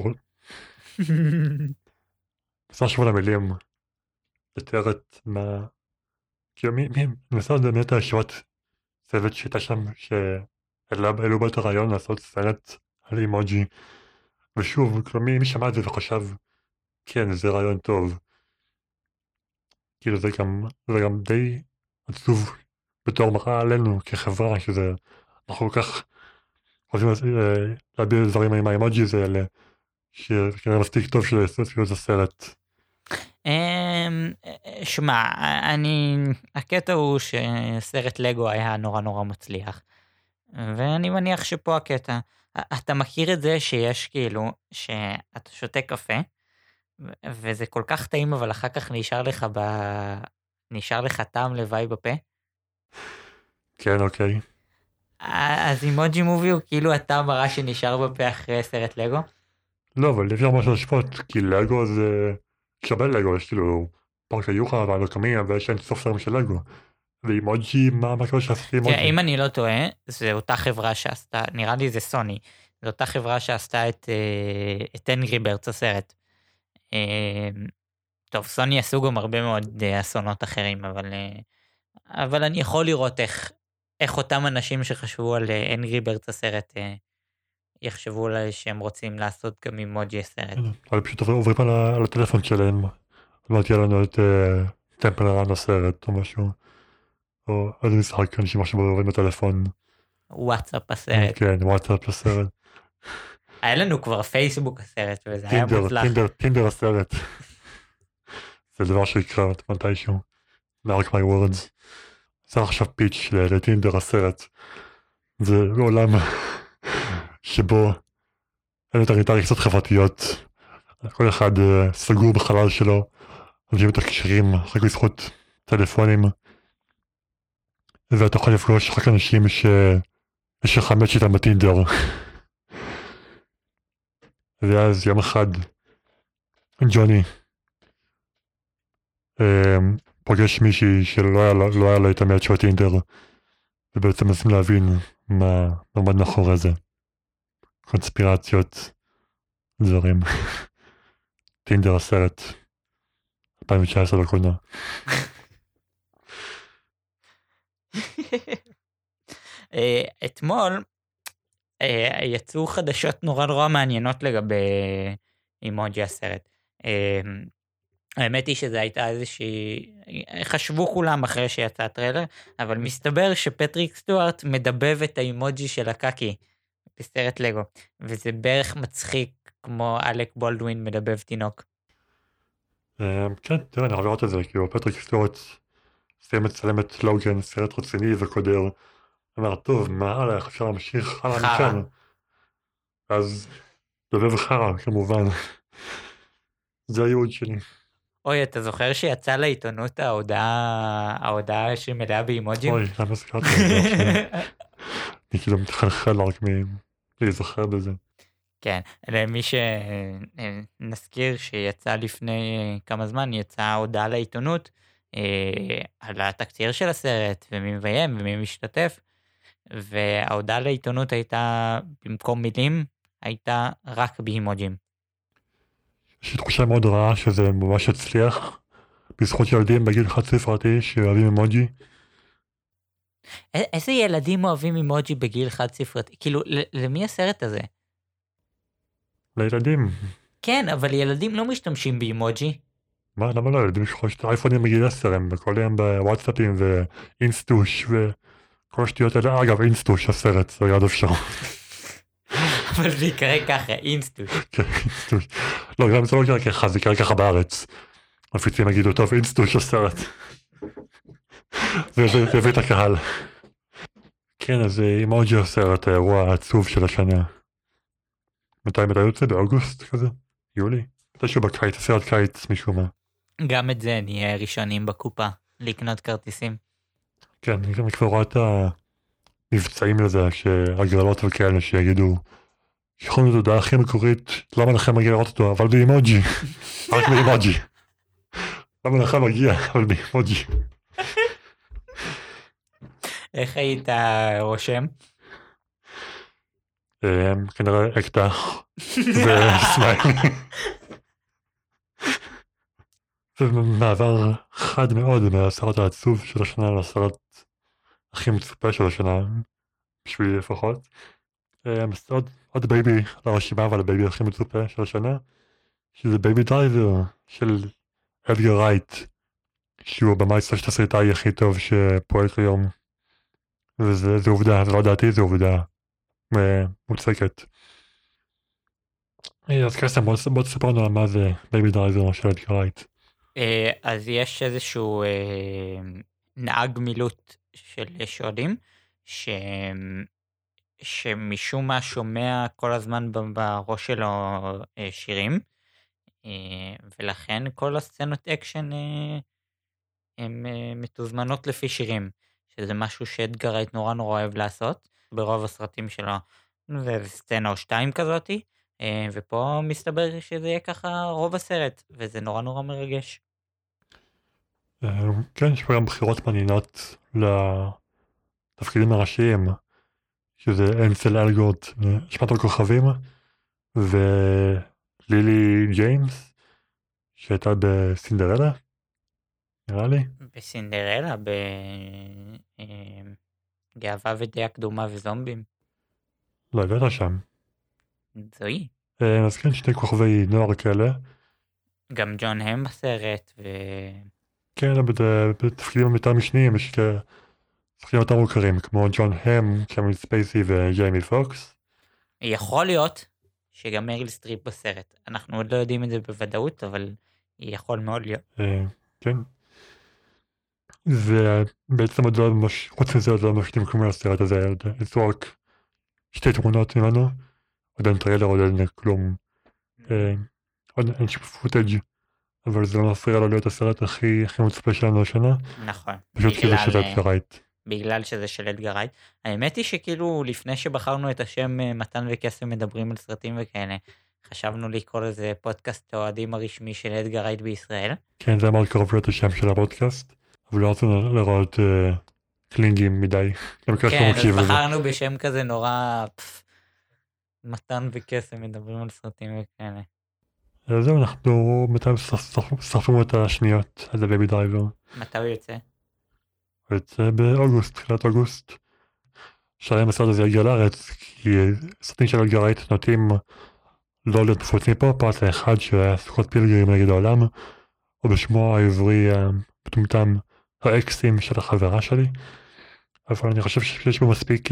צריך לחשוב על המילים, לתאר את מה... כאילו מי, מי, אני מנסה לדמיין את הישיבת צוות שהייתה שם, שהעלו בה את הרעיון לעשות סרט על אימוג'י. ושוב, כאילו מי, מי שמע את זה וחשב, כן, זה רעיון טוב. כאילו זה גם, זה גם די עצוב בתור מראה עלינו כחברה, שזה, אנחנו כל כך אוהבים אה, להביע דברים עם האימוג'יז האלה, שכנראה מספיק טוב של לעשות את הסרט. אמ, שמע, אני... הקטע הוא שסרט לגו היה נורא נורא מצליח. ואני מניח שפה הקטע. אתה מכיר את זה שיש כאילו, שאתה שותה קפה, ו- וזה כל כך טעים, אבל אחר כך נשאר לך ב... נשאר לך טעם לוואי בפה? כן, אוקיי. אז אימוג'י מובי הוא כאילו הטעם הרע שנשאר בפה אחרי סרט לגו? לא, אבל אפשר משהו לשפוט, כי לגו זה... יש הרבה לגו, יש כאילו פארק היוחה והלוקמיה, ויש אין סוף סרטים של לגו. ואימוג'י, מה מה קורה שעשיתי תראה, אימוג'י? אם אני לא טועה, זה אותה חברה שעשתה, נראה לי זה סוני, זו אותה חברה שעשתה את, אה, את אנגרי ברדס הסרט. אה, טוב, סוני עשו גם הרבה מאוד אסונות אחרים, אבל, אבל אני יכול לראות איך, איך אותם אנשים שחשבו על אנגרי ברדס הסרט, יחשבו אולי שהם רוצים לעשות גם אימוג'י הסרט. אבל פשוט עוברים על, על הטלפון שלהם, לא תהיה לנו את טמפל רן הסרט או משהו, או איזה משחק אנשים עכשיו עוברים בטלפון. וואטסאפ הסרט. כן, וואטסאפ הסרט. היה לנו כבר פייסבוק הסרט, וזה היה מוצלח. טינדר, טינדר הסרט. זה דבר שיקרה מתישהו. mark my words. זה עכשיו פיץ' לטינדר הסרט. זה עולם שבו אין יותר ניתן לקצות חברתיות. כל אחד סגור בחלל שלו. אנשים מתקשרים רק בזכות טלפונים. ואתה יכול לפגוש רק אנשים שיש לך מאץ' איתם בטינדר. ואז יום אחד ג'וני פוגש מישהי שלא היה, לא היה לה את המאץ' בטינדר, ובעצם מנסים להבין מה עומד מאחורי זה. קונספירציות, דברים. טינדר הסרט, אלפיים תשע עשרה בקולנוע. אתמול יצאו חדשות נורא נורא מעניינות לגבי אימוג'י הסרט. האמת היא שזה הייתה איזושהי, חשבו כולם אחרי שיצא הטריילר, אבל מסתבר שפטריק סטוארט מדבב את האימוג'י של הקאקי בסרט לגו, וזה בערך מצחיק כמו אלק בולדווין מדבב תינוק. כן, תראה, אני יכול לראות את זה, כי פטריק סטוארט סיים לצלם את לוגן, סרט רציני וקודר, אמר, טוב, מה הלאה, איך אפשר להמשיך הלאה מכאן? אז דבב חרא, כמובן. זה הייעוד שלי. אוי, אתה זוכר שיצא לעיתונות ההודעה, ההודעה שמלאה באימוג'ים? אוי, למה זכרתי את זה עכשיו? אני כאילו מתחלחל רק מלהיזכר בזה. כן, למי שנזכיר שיצא לפני כמה זמן, יצאה הודעה לעיתונות על התקציר של הסרט, ומי מביים ומי משתתף, וההודעה לעיתונות הייתה, במקום מילים, הייתה רק באימוג'ים. יש לי תחושה מאוד רעה שזה ממש הצליח, בזכות ילדים בגיל חד ספרתי שאוהבים אימוג'י. איזה ילדים אוהבים אימוג'י בגיל חד ספרתי? כאילו, למי הסרט הזה? לילדים. כן, אבל ילדים לא משתמשים באימוג'י. מה, למה לא? ילדים שחושבים את האייפונים בגיל עשר, הם בכל יום בוואטסאפים ואינסטוש וכל השטויות האלה. אגב, אינסטוש הסרט, זה יד אפשר. אבל זה יקרה ככה, אינסטוש. כן, אינסטוש. לא, גם זה לא יקרה ככה, זה יקרה ככה בארץ. מפיצים יגידו, טוב, אינסטוש הסרט. זה יביא את הקהל. כן, אז אימוג'י הסרט, האירוע העצוב של השנה. מתי מתי יוצא? באוגוסט כזה? יולי? מתישהו בקיץ, הסרט קיץ משום מה. גם את זה נהיה ראשונים בקופה, לקנות כרטיסים. כן, אני כבר רואה את המבצעים לזה, שהגרלות וכאלה שיגידו, יכולנו את הודעה הכי מקורית, למה לכם מגיע לראות אותו, אבל באימוג'י. רק באימוג'י. למה לכם מגיע, אבל באימוג'י. איך היית רושם? כנראה אקדח וסמיילי. זה מעבר חד מאוד מהסרט העצוב של השנה לסרט הכי מצופה של השנה, בשבילי לפחות. עוד, עוד בייבי לרשימה, אבל הבייבי הכי מצופה של השנה, שזה בייבי דרייבר של אדגר רייט, שהוא במאי סרט הסרטאי הכי טוב שפועל כיום. וזה זה עובדה, זה לא דעתי, זה עובדה מוצקת. אז קסם, בוא תספר לנו מה זה בייבי דרייבר של אדגר רייט. אז יש איזשהו נהג מילוט של שועדים, ש... שמשום מה שומע כל הזמן בראש שלו שירים, ולכן כל הסצנות אקשן הן מתוזמנות לפי שירים, שזה משהו שאדגר רייט נורא נורא אוהב לעשות, ברוב הסרטים שלו, זה סצנה או שתיים כזאתי, ופה מסתבר שזה יהיה ככה רוב הסרט, וזה נורא נורא מרגש. כן, יש פה גם בחירות מעניינות לתפקידים הראשיים, שזה אנסל אלגוט, שמעת על כוכבים, ולילי ג'יימס, שהייתה בסינדרלה, נראה לי. בסינדרלה, בגאווה ודעה קדומה וזומבים. לא, היא לא הייתה שם. זוהי. אה, אז כן, שני כוכבי נוער כאלה. גם ג'ון הם בסרט, ו... כן, בת- בתפקידים יותר משניים יש כ- תפקידים יותר מוכרים, כמו ג'ון הם, קמיל ספייסי וג'יימי פוקס. יכול להיות שגם מריל סטריפ בסרט. אנחנו עוד לא יודעים את זה בוודאות, אבל יכול מאוד להיות. אה, כן. ובעצם עוד לא ממש, חוץ מזה עוד לא ממש נמכרו מהסרט הזה, עוד יצאו רק שתי תמונות ממנו, עוד אין טריילר, עוד אין כלום, אה, עוד אין שום פוטאג', אבל זה לא מפריע לו להיות הסרט הכי הכי מוצפה שלנו השנה, נכון. פשוט כי זה בגלל, של אה, אדגר רייט. בגלל שזה של אדגר רייט. האמת היא שכאילו לפני שבחרנו את השם אה, מתן וקסם מדברים על סרטים וכאלה, חשבנו לקרוא לזה פודקאסט האוהדים הרשמי של אדגר רייט בישראל. כן, זה מאוד קרוב להיות השם של הפודקאסט, אבל לא רצינו לראות אה, קלינגים מדי, למקרה שאתה כן, אז מקשיב לזה. בחרנו בשם כזה נורא פף, מתן וקסם מדברים על סרטים וכאלה. אז זהו, אנחנו מתי שרפנו את השניות על זה בייבי דרייבר. מתי הוא יוצא? הוא יוצא באוגוסט, תחילת אוגוסט. שהיום הסרט הזה יגיע לארץ, כי סרטים של אדגר רייט נוטים לא להיות מפוצים פה, פרט לאחד שהיה סוכות פילגרים נגד העולם, או בשמו העברי המטומטם האקסים של החברה שלי. אבל אני חושב שיש בו מספיק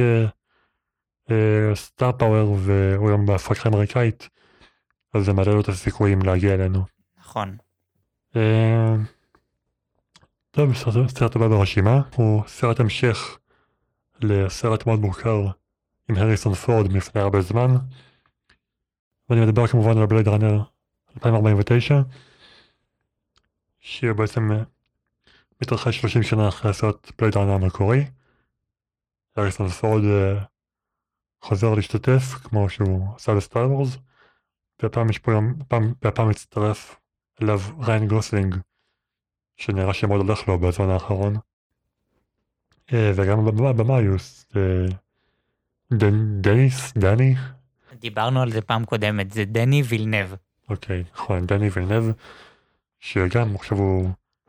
סטאר פאוור, והוא גם בהפקה אמריקאית, אז זה מעלה לו את הסיכויים להגיע אלינו. נכון. אה, טוב, סרט הבא ברשימה הוא סרט המשך לסרט מאוד מוכר עם הריסון פורד מלפני הרבה זמן, ואני מדבר כמובן על בלייד ראנר אלפיים ארבעים ותשע, שהוא בעצם מתרחש שלושים שנה אחרי הסרט בלייד ראנר המקורי. הריסון פורד חוזר להשתתף כמו שהוא עשה בסטאר וורס, והפעם יש פה גם, והפעם מצטרף אליו ריין גוסלינג, שנראה שמאוד הולך לו בזמן האחרון, וגם במאיוס דניס, דני? דיברנו על זה פעם קודמת, זה דני וילנב. אוקיי, נכון, דני וילנב, שגם עכשיו הוא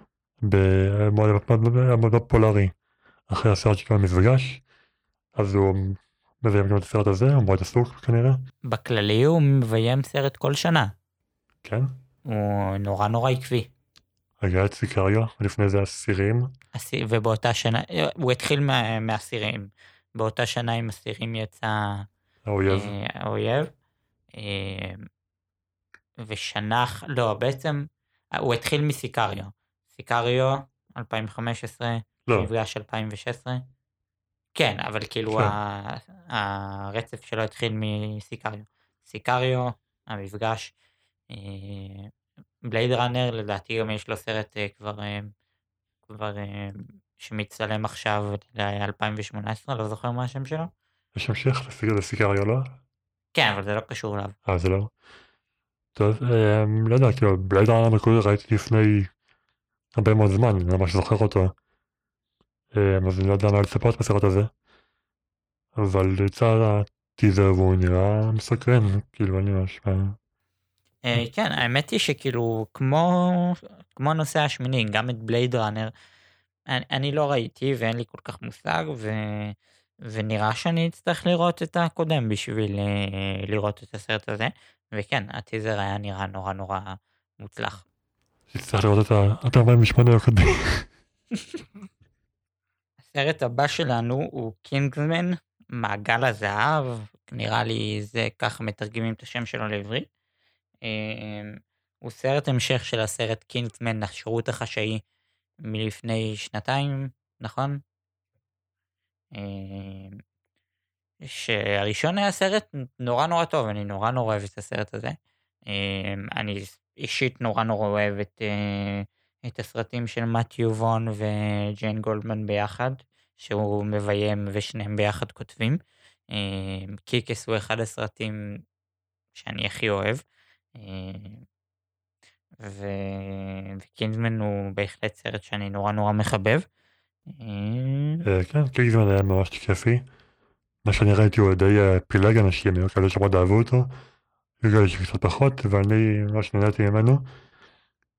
במועד פולרי אחרי הסרט שכבר מפגש, אז הוא מביים גם את הסרט הזה, הוא מאוד עסוק כנראה. בכללי הוא מביים סרט כל שנה. כן? הוא נורא נורא עקבי. רגע, את סיקריו, ולפני זה אסירים. ובאותה שנה, הוא התחיל מה, מהאסירים. באותה שנה עם אסירים יצא האויב. אה, האויב. אה, ושנה, לא, בעצם, הוא התחיל מסיקריו. סיקריו, אלפיים וחמש עשרה, לא. מפגש אלפיים ושש עשרה. כן, אבל כאילו כן. ה, הרצף שלו התחיל מסיקריו. סיקריו, המפגש, אה, בלייד ראנר, לדעתי גם יש לו סרט אה, כבר, אה, כבר אה, שמצטלם עכשיו ל-אלפיים ושמונה עשרה, לא זוכר מה השם שלו. יש המשך לסיקריו, לא? כן, אבל זה לא קשור אליו. אה, זה לא. טוב, אה, לא יודע, כאילו, בלייד ראנר המקורי ראיתי לפני הרבה מאוד זמן, אני ממש זוכר אותו. אה, אז אני לא יודע מה לצפות בסרט הזה. אבל יצא הטיזר והוא נראה מסקרן, כאילו, אני ממש... אה, כן, האמת היא שכאילו, כמו, כמו הנושא השמיני, גם את בלייד ראנר, אני, אני לא ראיתי ואין לי כל כך מושג, ו, ונראה שאני אצטרך לראות את הקודם בשביל אה, לראות את הסרט הזה, וכן, הטיזר היה נראה נורא נורא מוצלח. תצטרך לראות את ה-אלפיים ארבעים ושמונה הקודם. הסרט הבא שלנו הוא קינגסמן, מעגל הזהב, נראה לי זה ככה מתרגמים את השם שלו לעברית. הוא סרט המשך של הסרט קינגסמן, השירות החשאי מלפני שנתיים, נכון? שהראשון היה סרט נורא נורא טוב, אני נורא נורא אוהב את הסרט הזה. אני אישית נורא נורא אוהב את, את הסרטים של מתיו וון וג'יין גולדמן ביחד, שהוא מביים ושניהם ביחד כותבים. קיקס הוא אחד הסרטים שאני הכי אוהב. ו... וקינגסמן הוא בהחלט סרט שאני נורא נורא מחבב. כן, קינגסמן היה ממש כיפי. מה שאני ראיתי הוא די פילג אנשים, היו כאלה שמאוד אהבו אותו, היו כאלה שקצת פחות, ואני ממש נהניתי ממנו.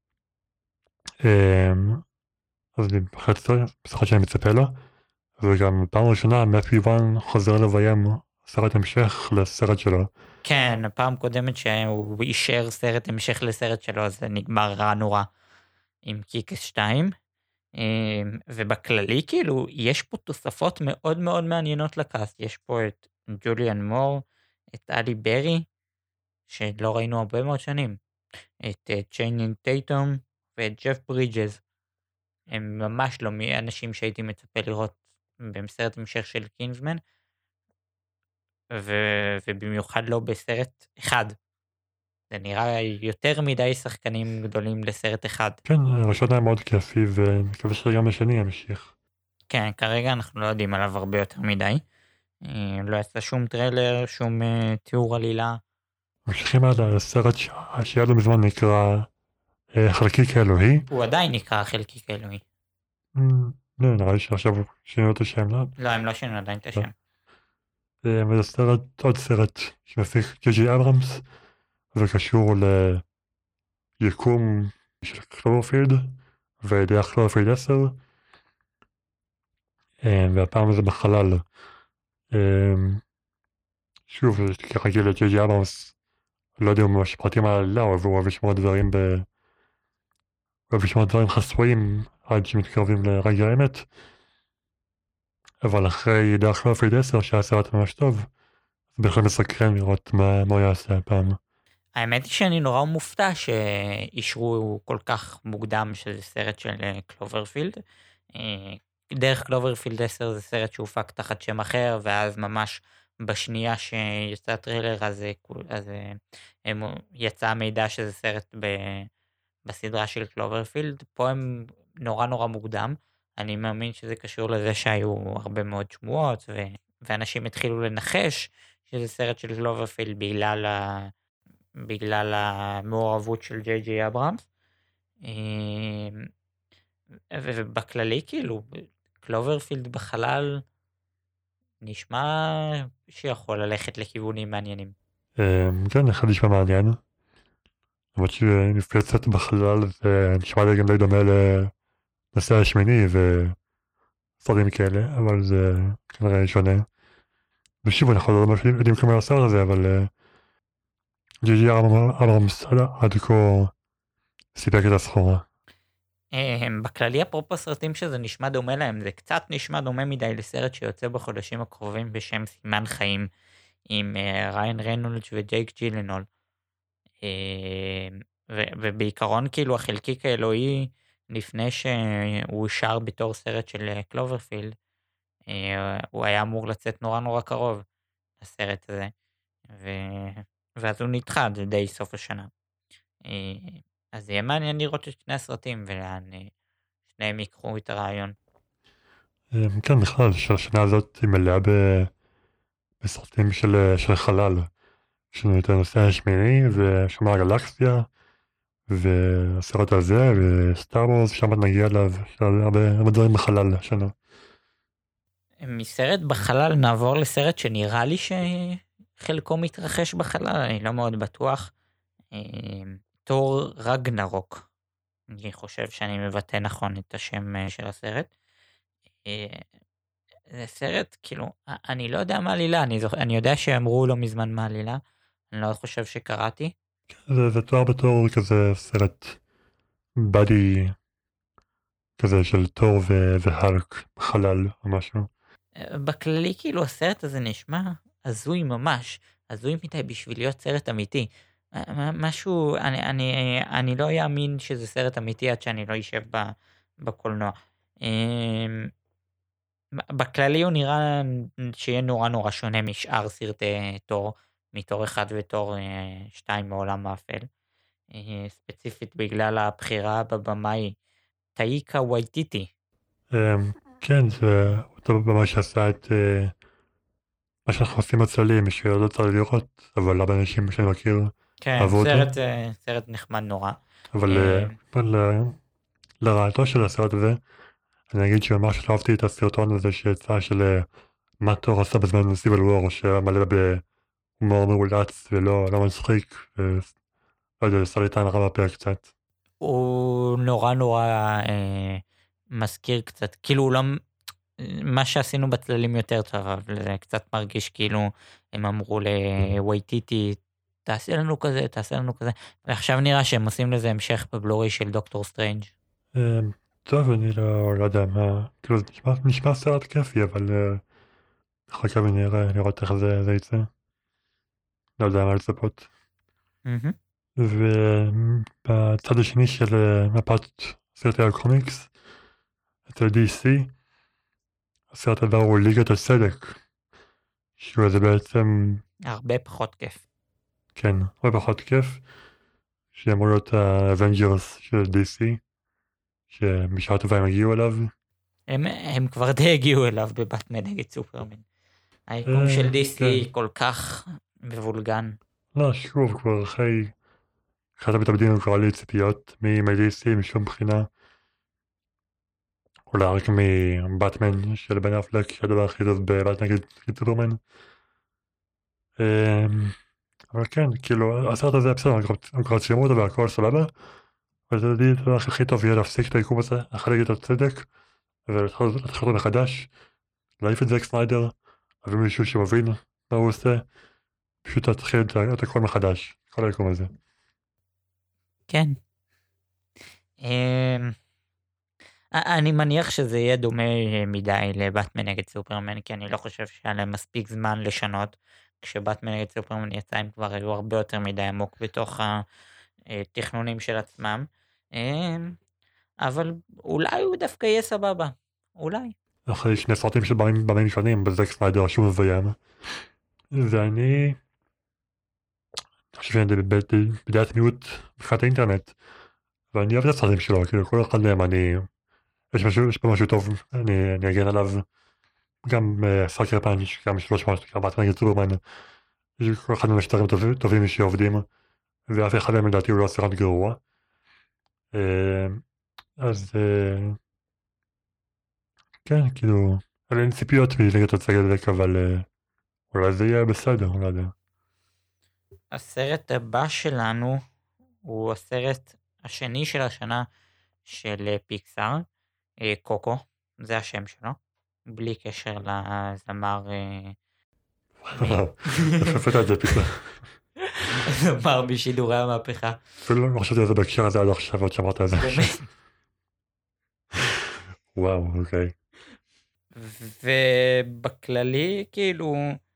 אז אני בהחלט בסך שאני מצפה לו, וגם פעם ראשונה מאפי וואן חוזר לביים סרט המשך לסרט שלו. כן, הפעם קודמת שהוא אישר סרט המשך לסרט שלו, אז זה נגמר רע נורא עם קיקס שתיים. ובכללי, כאילו, יש פה תוספות מאוד מאוד מעניינות לקאסט. יש פה את ג'וליאן מור, את אלי ברי, שלא ראינו הרבה מאוד שנים, את צ'יינינג טייטום ואת ג'ף ברידג'ז. הם ממש לא מאנשים שהייתי מצפה לראות בסרט המשך של קינגסמן, ו- ובמיוחד לא בסרט אחד. זה נראה יותר מדי שחקנים גדולים לסרט אחד. כן, ראשון היה מאוד כיפי, ומקווה שגם השני ימשיך. כן, כרגע אנחנו לא יודעים עליו הרבה יותר מדי. אה, לא יצא שום טריילר, שום אה, תיאור עלילה. ממשיכים עד הסרט ש- שהיה לו מזמן נקרא אה, חלקיק האלוהי. הוא עדיין נקרא חלקיק אלוהי. Mm, לא, נראה לי שעכשיו שינו את השם, לא? לא, הם לא שינו עדיין את השם. אה, וזה סרט, עוד סרט שמפיק ג'י ג'י אברמס, וקשור ליקום של קלוברפילד, וידיח קלוברפילד עשר, אה, והפעם זה בחלל. אה, שוב, כרגיל לג'י ג'י אברמס, לא יודע ממש פרטים על העלילה, אבל הוא אוהב לשמור דברים ב... הוא אוהב לשמור דברים חסויים עד שמתקרבים לרגע האמת. אבל אחרי ידיח קלוברפילד עשר, שהיה סרט ממש טוב, זה בכלל מסקרן לראות מה, מה הוא יעשה הפעם. האמת היא שאני נורא מופתע שאישרו כל כך מוקדם שזה סרט של אה, קלוברפילד. אה, דרך קלוברפילד עשר זה סרט שהופק תחת שם אחר, ואז ממש בשנייה שיצא הטריילר אז, אה, כול- אז אה, הם, יצא המידע שזה סרט ב, בסדרה של קלוברפילד. פה הם נורא נורא מוקדם. אני מאמין שזה קשור לזה שהיו הרבה מאוד שמועות, ו, ואנשים התחילו לנחש שזה סרט של קלוברפילד בגלל ה... בגלל המעורבות של ג'יי ג'יי אברהמס. אמ, ו- ובכללי, כאילו, קלוברפילד בחלל נשמע שיכול ללכת לכיוונים מעניינים. אה, כן, אחד נשמע מעניין. למרות שמפלצת בחלל זה נשמע לי גם די דומה לנושא השמיני וסרטים כאלה, אבל זה כנראה שונה. ושוב, אנחנו לא ממש יודעים כמה הוא הסרט הזה, אבל ג'י ג'י אברמס עד כה סיפק את הסחורה. אמ, בכללי, אפרופו סרטים שזה נשמע דומה להם, זה קצת נשמע דומה מדי לסרט שיוצא בחודשים הקרובים בשם סימן חיים, עם אה, ריין ריינולדס וג'ייק ג'ילנול. אמ, ו- ובעיקרון, כאילו, החלקיק האלוהי, לפני שהוא אושר בתור סרט של אה, קלוברפילד, אה, הוא היה אמור לצאת נורא נורא קרוב לסרט הזה, ו... ואז הוא נדחה עד די סוף השנה. אה, אז יהיה מעניין לראות את שני הסרטים ולאן אה, שניהם ייקחו את הרעיון. אה, כן, בכלל, שהשנה הזאת היא מלאה ב- בסרטים של של חלל. יש לנו את הנושא השמיני ושומר הגלקסיה, והסרט הזה וסטאר וורס, שם נגיע אליו, יש הרבה הרבה דברים בחלל השנה. מסרט בחלל נעבור לסרט שנראה לי שחלקו מתרחש בחלל, אני לא מאוד בטוח. אה, תור רגנרוק, אני חושב שאני מבטא נכון את השם אה, של הסרט. אה, זה סרט, כאילו, א- אני לא יודע מה העלילה, אני, זוכ... אני יודע שאמרו לא מזמן מה העלילה, אני לא חושב שקראתי. זה, זה תואר בתור כזה סרט בדי כזה של תור ו- והלק בחלל או משהו. אה, בכללי, כאילו, הסרט הזה נשמע הזוי ממש, הזוי מדי בשביל להיות סרט אמיתי. אה, מ- משהו, אני, אני, אני לא יאמין שזה סרט אמיתי עד שאני לא אשב ב- בקולנוע. אמ, ב- בכללי הוא נראה שיהיה נורא נורא שונה משאר סרטי תור, מתור אחד ותור אה, שתיים מעולם האפל. אה, ספציפית בגלל הבחירה בבמאי טאיקה וייטיטי. אמ, כן, זה אותו במה שעשה את אה, מה שאנחנו עושים בצללים, מי שלא צריך לראות, אבל הרבה אנשים שאני מכיר כן, אהבו אותו. סרט, אה, סרט נחמד נורא. אבל אה, אה, אבל, אה, לרעתו של הסרט הזה, אני אגיד שממש לא אהבתי את הסרטון הזה שיצא של אה, מה תור עשה בזמן סיביל וור, שהיה מלא בהומור מאולץ ולא לא מצחיק, ולא יודע, עשה לי טעם רע בפה קצת. הוא נורא נורא אה, מזכיר קצת, כאילו הוא לא, מה שעשינו בצללים יותר טוב, אבל זה קצת מרגיש כאילו הם אמרו לווייטיטי, תעשה לנו כזה, תעשה לנו כזה, ועכשיו נראה שהם עושים לזה המשך בבלורי של דוקטור סטרנג'. אה, טוב, אני לא לא יודע מה, כאילו זה נשמע- נשמע סרט כיפי, אבל אה, נחכה ונראה לראות איך זה זה יצא. לא יודע מה לצפות. מהמם. ובצד השני של אה, מפת סרטי הקומיקס, אצל די סי, הסרט הבא הוא ליגת הצדק, שהוא זה בעצם, הרבה פחות כיף. כן, הרבה פחות כיף, שאמור להיות האבנג'רס של די סי, שבשעה טובה הם הגיעו אליו. הם, הם כבר די הגיעו אליו בבטמן נגד סופרמן. היקום אה, של די סי כן. כל כך מבולגן. לא, שוב, כבר אחרי, אחד המתאבדים הם כבר לי ציפיות מ-די סי משום בחינה. אולי רק מבטמן של בן אפלק, שהדבר הכי טוב בבטמן נגד סופרמן. אמ, אבל כן, כאילו, הסרט הזה בסדר, הם כבר ציימו אותו והכל סבבה, אבל זה לי הדבר הכי טוב יהיה להפסיק את היקום הזה, אחרי להגיד את הצדק, ולהתחיל אותו מחדש, להעיף את זק סניידר, להביא מישהו שמבין מה הוא עושה, פשוט להתחיל את את הכל מחדש, כל היקום הזה. כן. אמ, אני מניח שזה יהיה דומה מדי לבטמן נגד סופרמן, כי אני לא חושב שהיה להם מספיק זמן לשנות. כשבטמן נגד סופרמן יצא, הם כבר היו הרבה יותר מדי עמוק בתוך התכנונים של עצמם. אמ, אבל אולי הוא דווקא יהיה סבבה. אולי. אחרי שני סרטים של במים במים שונים, בזק סניידר שהוא מביים, ואני חושב שאני ב- בדעת מיעוט מבחינת האינטרנט, ואני אוהב את הסרטים שלו, כאילו כל אחד מהם אני, יש משהו, יש פה משהו טוב, אני אני אגן עליו, גם סאקר פאנץ', גם שלוש מאות, גם באטמן נגד סופרמן, יש כל אחד מהם יש סרטים טובים- טובים שעובדים, ואף אחד מהם לדעתי הוא לא סרט גרוע. אה, אז אה, כן, כאילו, אין ציפיות מליגת הצדק, אבל אה, אולי זה יהיה בסדר, לא יודע. הסרט הבא שלנו הוא הסרט השני של השנה של אה, פיקסאר, אה, קוקו, זה השם שלו, בלי קשר לזמר, אה, איפה הבאת את זה פתאום? זמר בשידורי המהפכה. אפילו לא חשבתי על זה בהקשר הזה עד עכשיו, עוד שמעת על זה. באמת. וואו, אוקיי. ובכללי, כאילו,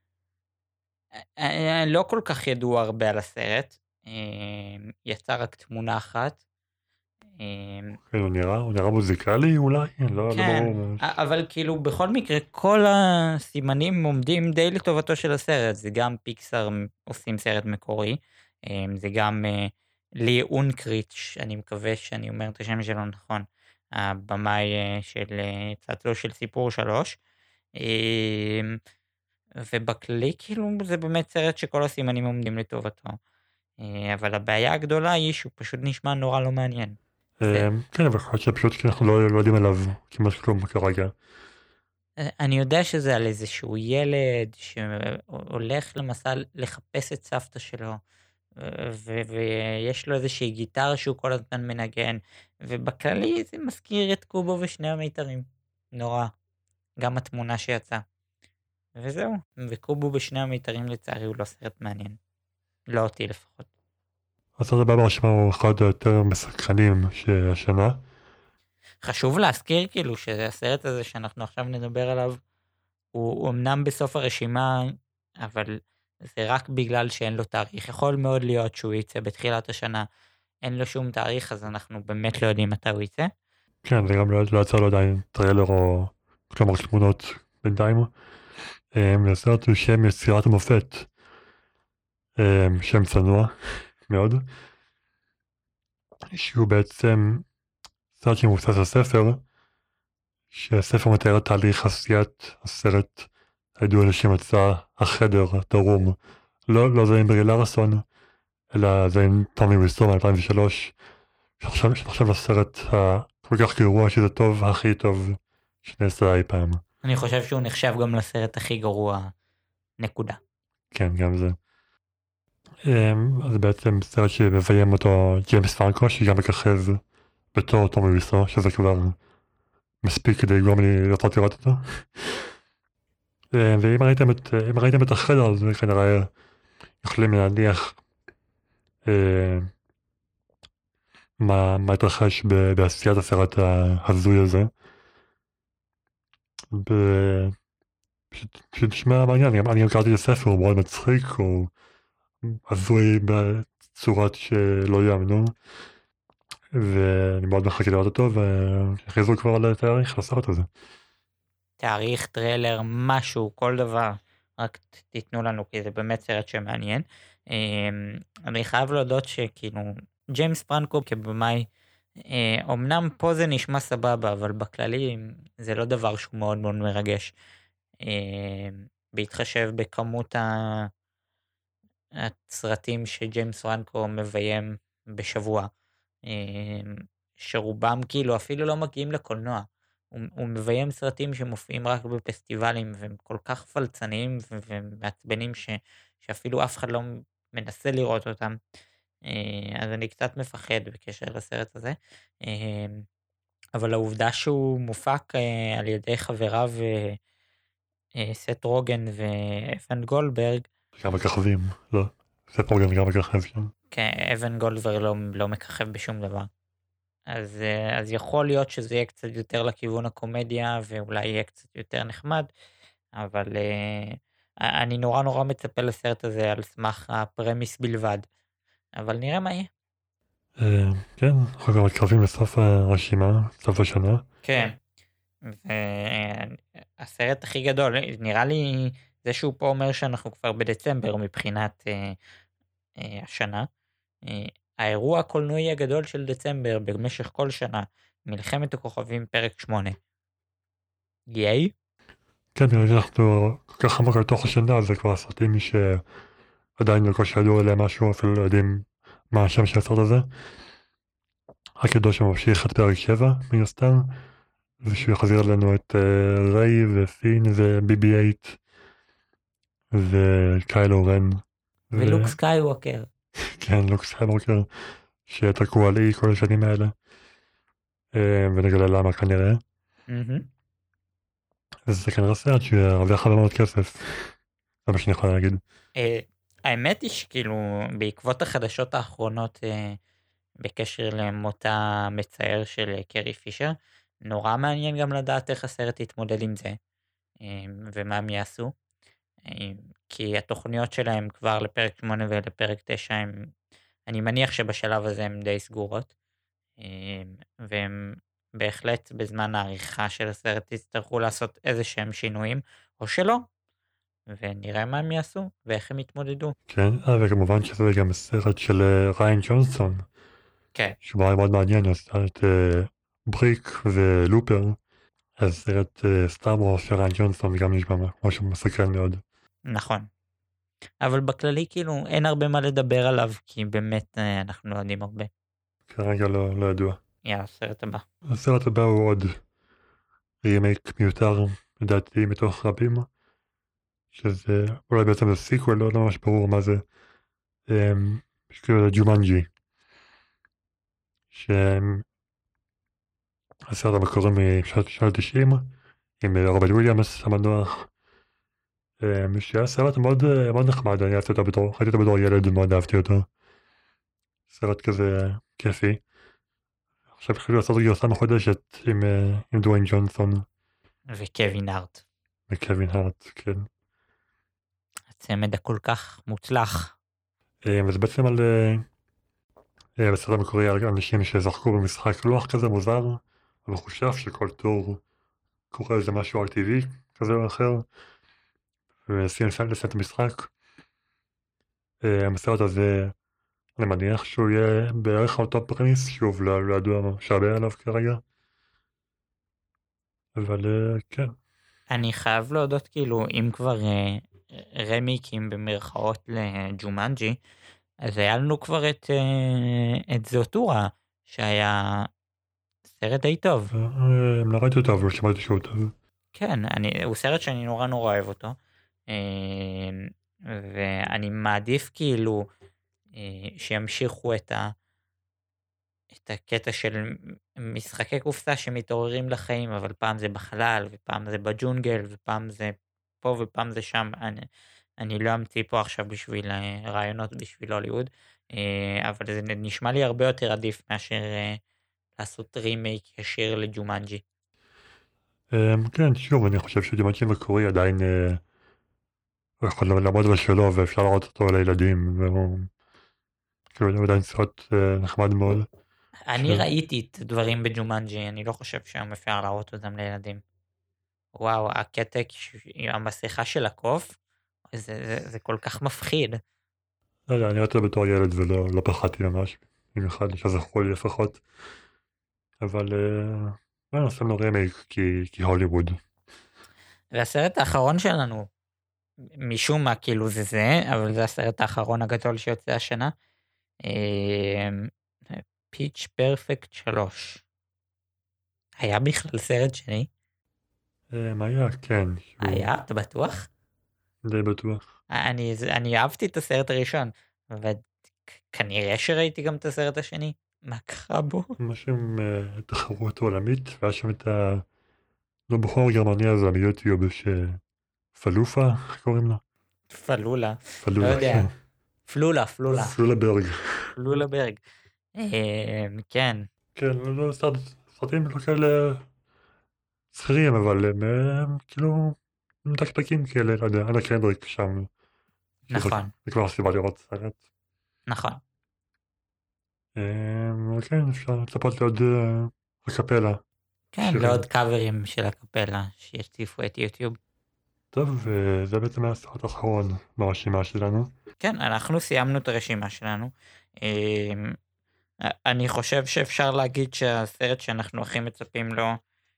אה, לא כל כך ידעו הרבה על הסרט, אה, יצא רק תמונה אחת. אה, כן, הוא נראה, הוא נראה מוזיקלי אולי? לא, לא כן, ברור. ממש. אבל כאילו בכל מקרה כל הסימנים עומדים די לטובתו של הסרט, זה גם פיקסאר עושים סרט מקורי, אה, זה גם אה, לי אונקריץ', אני מקווה שאני אומר את השם שלו נכון, הבמאי אה, של אה, צעצוע של סיפור שלוש, אה, ובכללי כאילו זה באמת סרט שכל הסימנים עומדים לטובתו, אה, אבל הבעיה הגדולה היא שהוא פשוט נשמע נורא לא מעניין. זה- אה, כן, אבל יכול להיות שפשוט כי אנחנו לא לא יודעים עליו כמעט כלום כרגע. אני יודע שזה על איזשהו ילד שהולך למסע לחפש את סבתא שלו, ו- ויש לו איזושהי גיטרה שהוא כל הזמן מנגן, ובכללי זה מזכיר את קובו ושני המיתרים. נורא. גם התמונה שיצאה. וזהו. וקובו בשני המיתרים לצערי הוא לא סרט מעניין. לא אותי לפחות. הסרט הבא ברשימה הוא אחד היותר מסקרנים שהשנה. חשוב להזכיר כאילו שהסרט הזה שאנחנו עכשיו נדבר עליו, הוא אמנם בסוף הרשימה, אבל זה רק בגלל שאין לו תאריך. יכול מאוד להיות שהוא יצא בתחילת השנה, אין לו שום תאריך, אז אנחנו באמת לא יודעים מתי הוא יצא. כן, זה גם לא לא יצא לו עדיין טריילר או כלומר תמונות בינתיים. אה, הסרט הוא שם יצירת המופת. אה, שם צנוע מאוד. שהוא בעצם סרט שמבוסס על ספר, שהספר מתאר את תהליך עשיית הסרט הידוע לשם יצא החדר, דרום. לא, לא זה עם ברי לארסון, אלא זה עם טומי ויסטור מ-אלפיים ושלוש, שעכשיו שעכשיו הסרט הכל כך גרוע שזה טוב, הכי טוב שנעשה אי פעם. אני חושב שהוא נחשב גם לסרט הכי גרוע, נקודה. כן, גם זה. אז בעצם סרט שמביים אותו ג'יימס פרנקו, שגם מככב בתור טומי ויסו, שזה כבר מספיק כדי לגרום לי לרצות לראות אותו. ואם ראיתם את, אם ראיתם את החדר, אז כנראה יכולים להניח אה, מה, מה התרחש ב- בעשיית הסרט ההזוי הזה. ב- פשוט פשוט נשמע מעניין, גם- אני גם קראתי את הספר, הוא מאוד מצחיק, הוא הזוי בצורת שלא יאמנו, ואני מאוד מחכה לראות אותו, והכריזו כבר על תאריך לסרט הזה. תאריך, טריילר, משהו, כל דבר, רק ת- תיתנו לנו, כי זה באמת סרט שמעניין. אמ, אני חייב להודות שכאילו, ג'יימס פרנקו כבמאי, אה, אמנם פה זה נשמע סבבה, אבל בכללי זה לא דבר שהוא מאוד מאוד מרגש. אמ, בהתחשב בכמות ה- הסרטים שג'יימס פרנקו מביים בשבוע, אמ, שרובם כאילו אפילו לא מגיעים לקולנוע. הוא, הוא מביים סרטים שמופיעים רק בפסטיבלים, והם כל כך פלצניים ו- ומעצבנים ש, שאפילו אף אחד לא מנסה לראות אותם. אה, אז אני קצת מפחד בקשר לסרט הזה. אה, אבל העובדה שהוא מופק אה, על ידי חבריו אה, אה, סט רוגן ואבן גולדברג, גם מככבים, לא, זה פה גם גם מככב שם. כן, אבן גולדברג לא, לא מככב בשום דבר. אז, אה, אז יכול להיות שזה יהיה קצת יותר לכיוון הקומדיה, ואולי יהיה קצת יותר נחמד, אבל אה, אני נורא נורא מצפה לסרט הזה על סמך הפרמיס בלבד. אבל נראה מה יהיה. אה, כן, אנחנו גם מתקרבים לסוף הרשימה, סוף השנה. כן. והסרט הכי גדול, נראה לי, זה שהוא פה אומר שאנחנו כבר בדצמבר מבחינת אה, אה, השנה. אה, האירוע הקולנועי הגדול של דצמבר במשך כל שנה, מלחמת הכוכבים פרק שמונה. ייי? כן, נראה לי אנחנו כל כך עמוק לתוך השנה, זה כבר סרטים שעדיין בקושי ידעו עליהם משהו, אפילו לא יודעים מה השם של הסרט הזה. רק ידעו שממשיך את פרק שבע, מן הסתם, ושהוא יחזיר לנו את uh, ריי ופין ובי בי אייט וקיילו רן. ולוק סקייווקר. כן, לוק סקייווקר, שתקעו על אי כל השנים האלה, uh, ונגלה למה כנראה. מהמם. וזה כנראה סרט שירוויח הרבה מאוד כסף, זה מה שאני יכול להגיד. אה, האמת היא שכאילו בעקבות החדשות האחרונות אה, בקשר למותה המצער של אה, קרי פישר, נורא מעניין גם לדעת איך הסרט יתמודד עם זה, אה, ומה הם יעשו. אה, כי התוכניות שלהם כבר לפרק שמונה ולפרק תשע, הם, אני מניח שבשלב הזה הן די סגורות, אה, והם בהחלט בזמן העריכה של הסרט יצטרכו לעשות איזה שהם שינויים, או שלא, ונראה מה הם יעשו ואיך הם יתמודדו. כן, אה, וכמובן שזה גם סרט של אה, ריין ג'ונסון, כן. שהוא היה מאוד מעניין, הוא עשה את אה, בריק ולופר, אז סרט אה, סטאר וורס של ריין ג'ונסון גם נשמע משהו מסקרן מאוד. נכון. אבל בכללי כאילו אין הרבה מה לדבר עליו, כי באמת אה, אנחנו לא יודעים הרבה. כרגע לא, לא ידוע. יאללה, סרט הבא. הסרט הבא הוא עוד רימייק מיותר, לדעתי מתוך רבים, שזה אולי בעצם זה סיקוול, לא ממש ברור מה זה, אמ, שקוראים לזה ג'ומנג'י, שהסרט המקורי משנת ה-תשעים, עם רוברט וויליאמס המנוח, אמ, שהיה סרט מאוד אה, מאוד נחמד, אני אהבתי אותו בתור, ראיתי אותו בתור ילד, מאוד אהבתי אותו. סרט כזה כיפי. עכשיו התחילו לעשות גרסה מחודשת עם, אה, עם דוויין ג'ונסון וקווין הארט. וקווין הארט, כן. הצמד הכל כך מוצלח. אה, וזה בעצם על אה, אה, בסרט המקורי על אנשים שזחקו במשחק לוח כזה מוזר, מחושב שכל טור קורה איזה משהו על טבעי כזה או אחר, ומנסים לסיים את המשחק. אה, הסרט הזה, אני מניח שהוא יהיה בערך על אותו פרמיס, שוב לא לא ידוע שהרבה עליו כרגע, אבל אה, כן. אני חייב להודות כאילו אם כבר אה, רמיקים במרכאות לג'ומנג'י, אז היה לנו כבר את, אה, את זאוטורה, שהיה סרט די טוב. אה, לא ראיתי אותו, אבל שמעתי שהוא טוב. כן, אני, הוא סרט שאני נורא נורא אוהב אותו, אה, ואני מעדיף כאילו שימשיכו את ה... את הקטע של משחקי קופסה שמתעוררים לחיים, אבל פעם זה בחלל, ופעם זה בג'ונגל, ופעם זה פה ופעם זה שם. אני, אני לא אמציא פה עכשיו בשביל רעיונות בשביל הוליווד, אבל זה נשמע לי הרבה יותר עדיף מאשר לעשות רימייק ישיר לג'ומנג'י. כן, שוב, אני חושב שג'ומנג'י מקורי עדיין יכול לעמוד בשלו, ואפשר לראות אותו לילדים, והוא כאילו עדיין סרט נחמד מאוד. אני ראיתי את דברים בג'ומנג'י, אני לא חושב שהיום אפשר להראות אותם לילדים. וואו, הקטע עם המסכה של הקוף, זה, זה, זה כל כך מפחיד. לא יודע, אני ראיתי אותו בתור ילד ולא לא פחדתי ממש, במיוחד שזכו לי לפחות. אבל לא נעשה לו רימייק כי, כי הוליווד. והסרט האחרון שלנו, משום מה כאילו זה זה, אבל זה הסרט האחרון הגדול שיוצא השנה, פיץ' פרפקט שלוש. היה בכלל סרט שני? היה, כן. היה? אתה בטוח? די בטוח. אני, אני אהבתי את הסרט הראשון, וכנראה שראיתי גם את הסרט השני. מה קרה בו? משהו עם תחרות עולמית, והיה שם את ה... לא בחור גרמני הזה ביוטיוב שפלופה, איך קוראים לה? פלולה. פלולה, לא יודע. כן. פלולה, פלולה. פלולה ברג. פלולה ברג. כן. כן, לא סרטים לא כאלה זכירים, אבל הם כאילו מתקתקים כאלה, לא יודע, אנה קנדריק שם. נכון. זה כבר סיבה לראות סרט. נכון. כן, אפשר לצפות לעוד הקפלה. כן, לעוד קאברים של הקפלה שיציפו את יוטיוב. טוב, וזה בעצם הסרט האחרון ברשימה שלנו. כן, אנחנו סיימנו את הרשימה שלנו. אני חושב שאפשר להגיד שהסרט שאנחנו הכי מצפים לו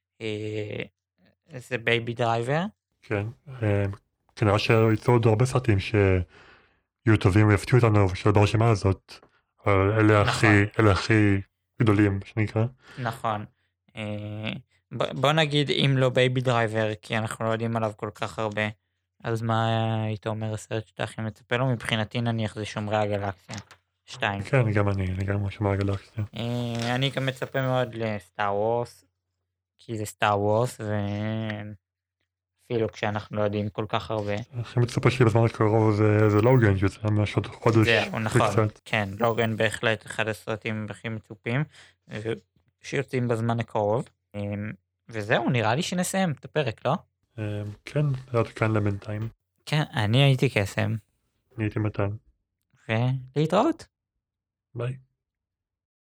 זה בייבי דרייבר. כן, כנראה שיצאו עוד הרבה סרטים שיהיו טובים ויפתיעו אותנו ושל ברשימה הזאת, אבל אלה הכי, אלה הכי גדולים שנקרא. נכון. בוא נגיד אם לא בייבי דרייבר, כי אנחנו לא יודעים עליו כל כך הרבה, אז מה היית אומר הסרט שאתה הכי מצפה לו? מבחינתי נניח זה שומרי הגלקסיה. שתיים. כן, גם אני, אני גם שומרי הגלקסיה. אני גם מצפה מאוד לסטאר וורס, כי זה סטאר וורס, ואפילו כשאנחנו לא יודעים כל כך הרבה. הכי מצפה שלי בזמן הקרוב זה, זה לוגן, שזה ממש עוד חודש. זהו, נכון. כן, לוגן בהחלט אחד הסרטים הכי מצופים, שיוצאים בזמן הקרוב. וזהו, נראה לי שנסיים את הפרק, לא? כן, זה עוד כאן לבינתיים. כן, אני הייתי קסם. אני הייתי מתן. ולהתראות. ביי.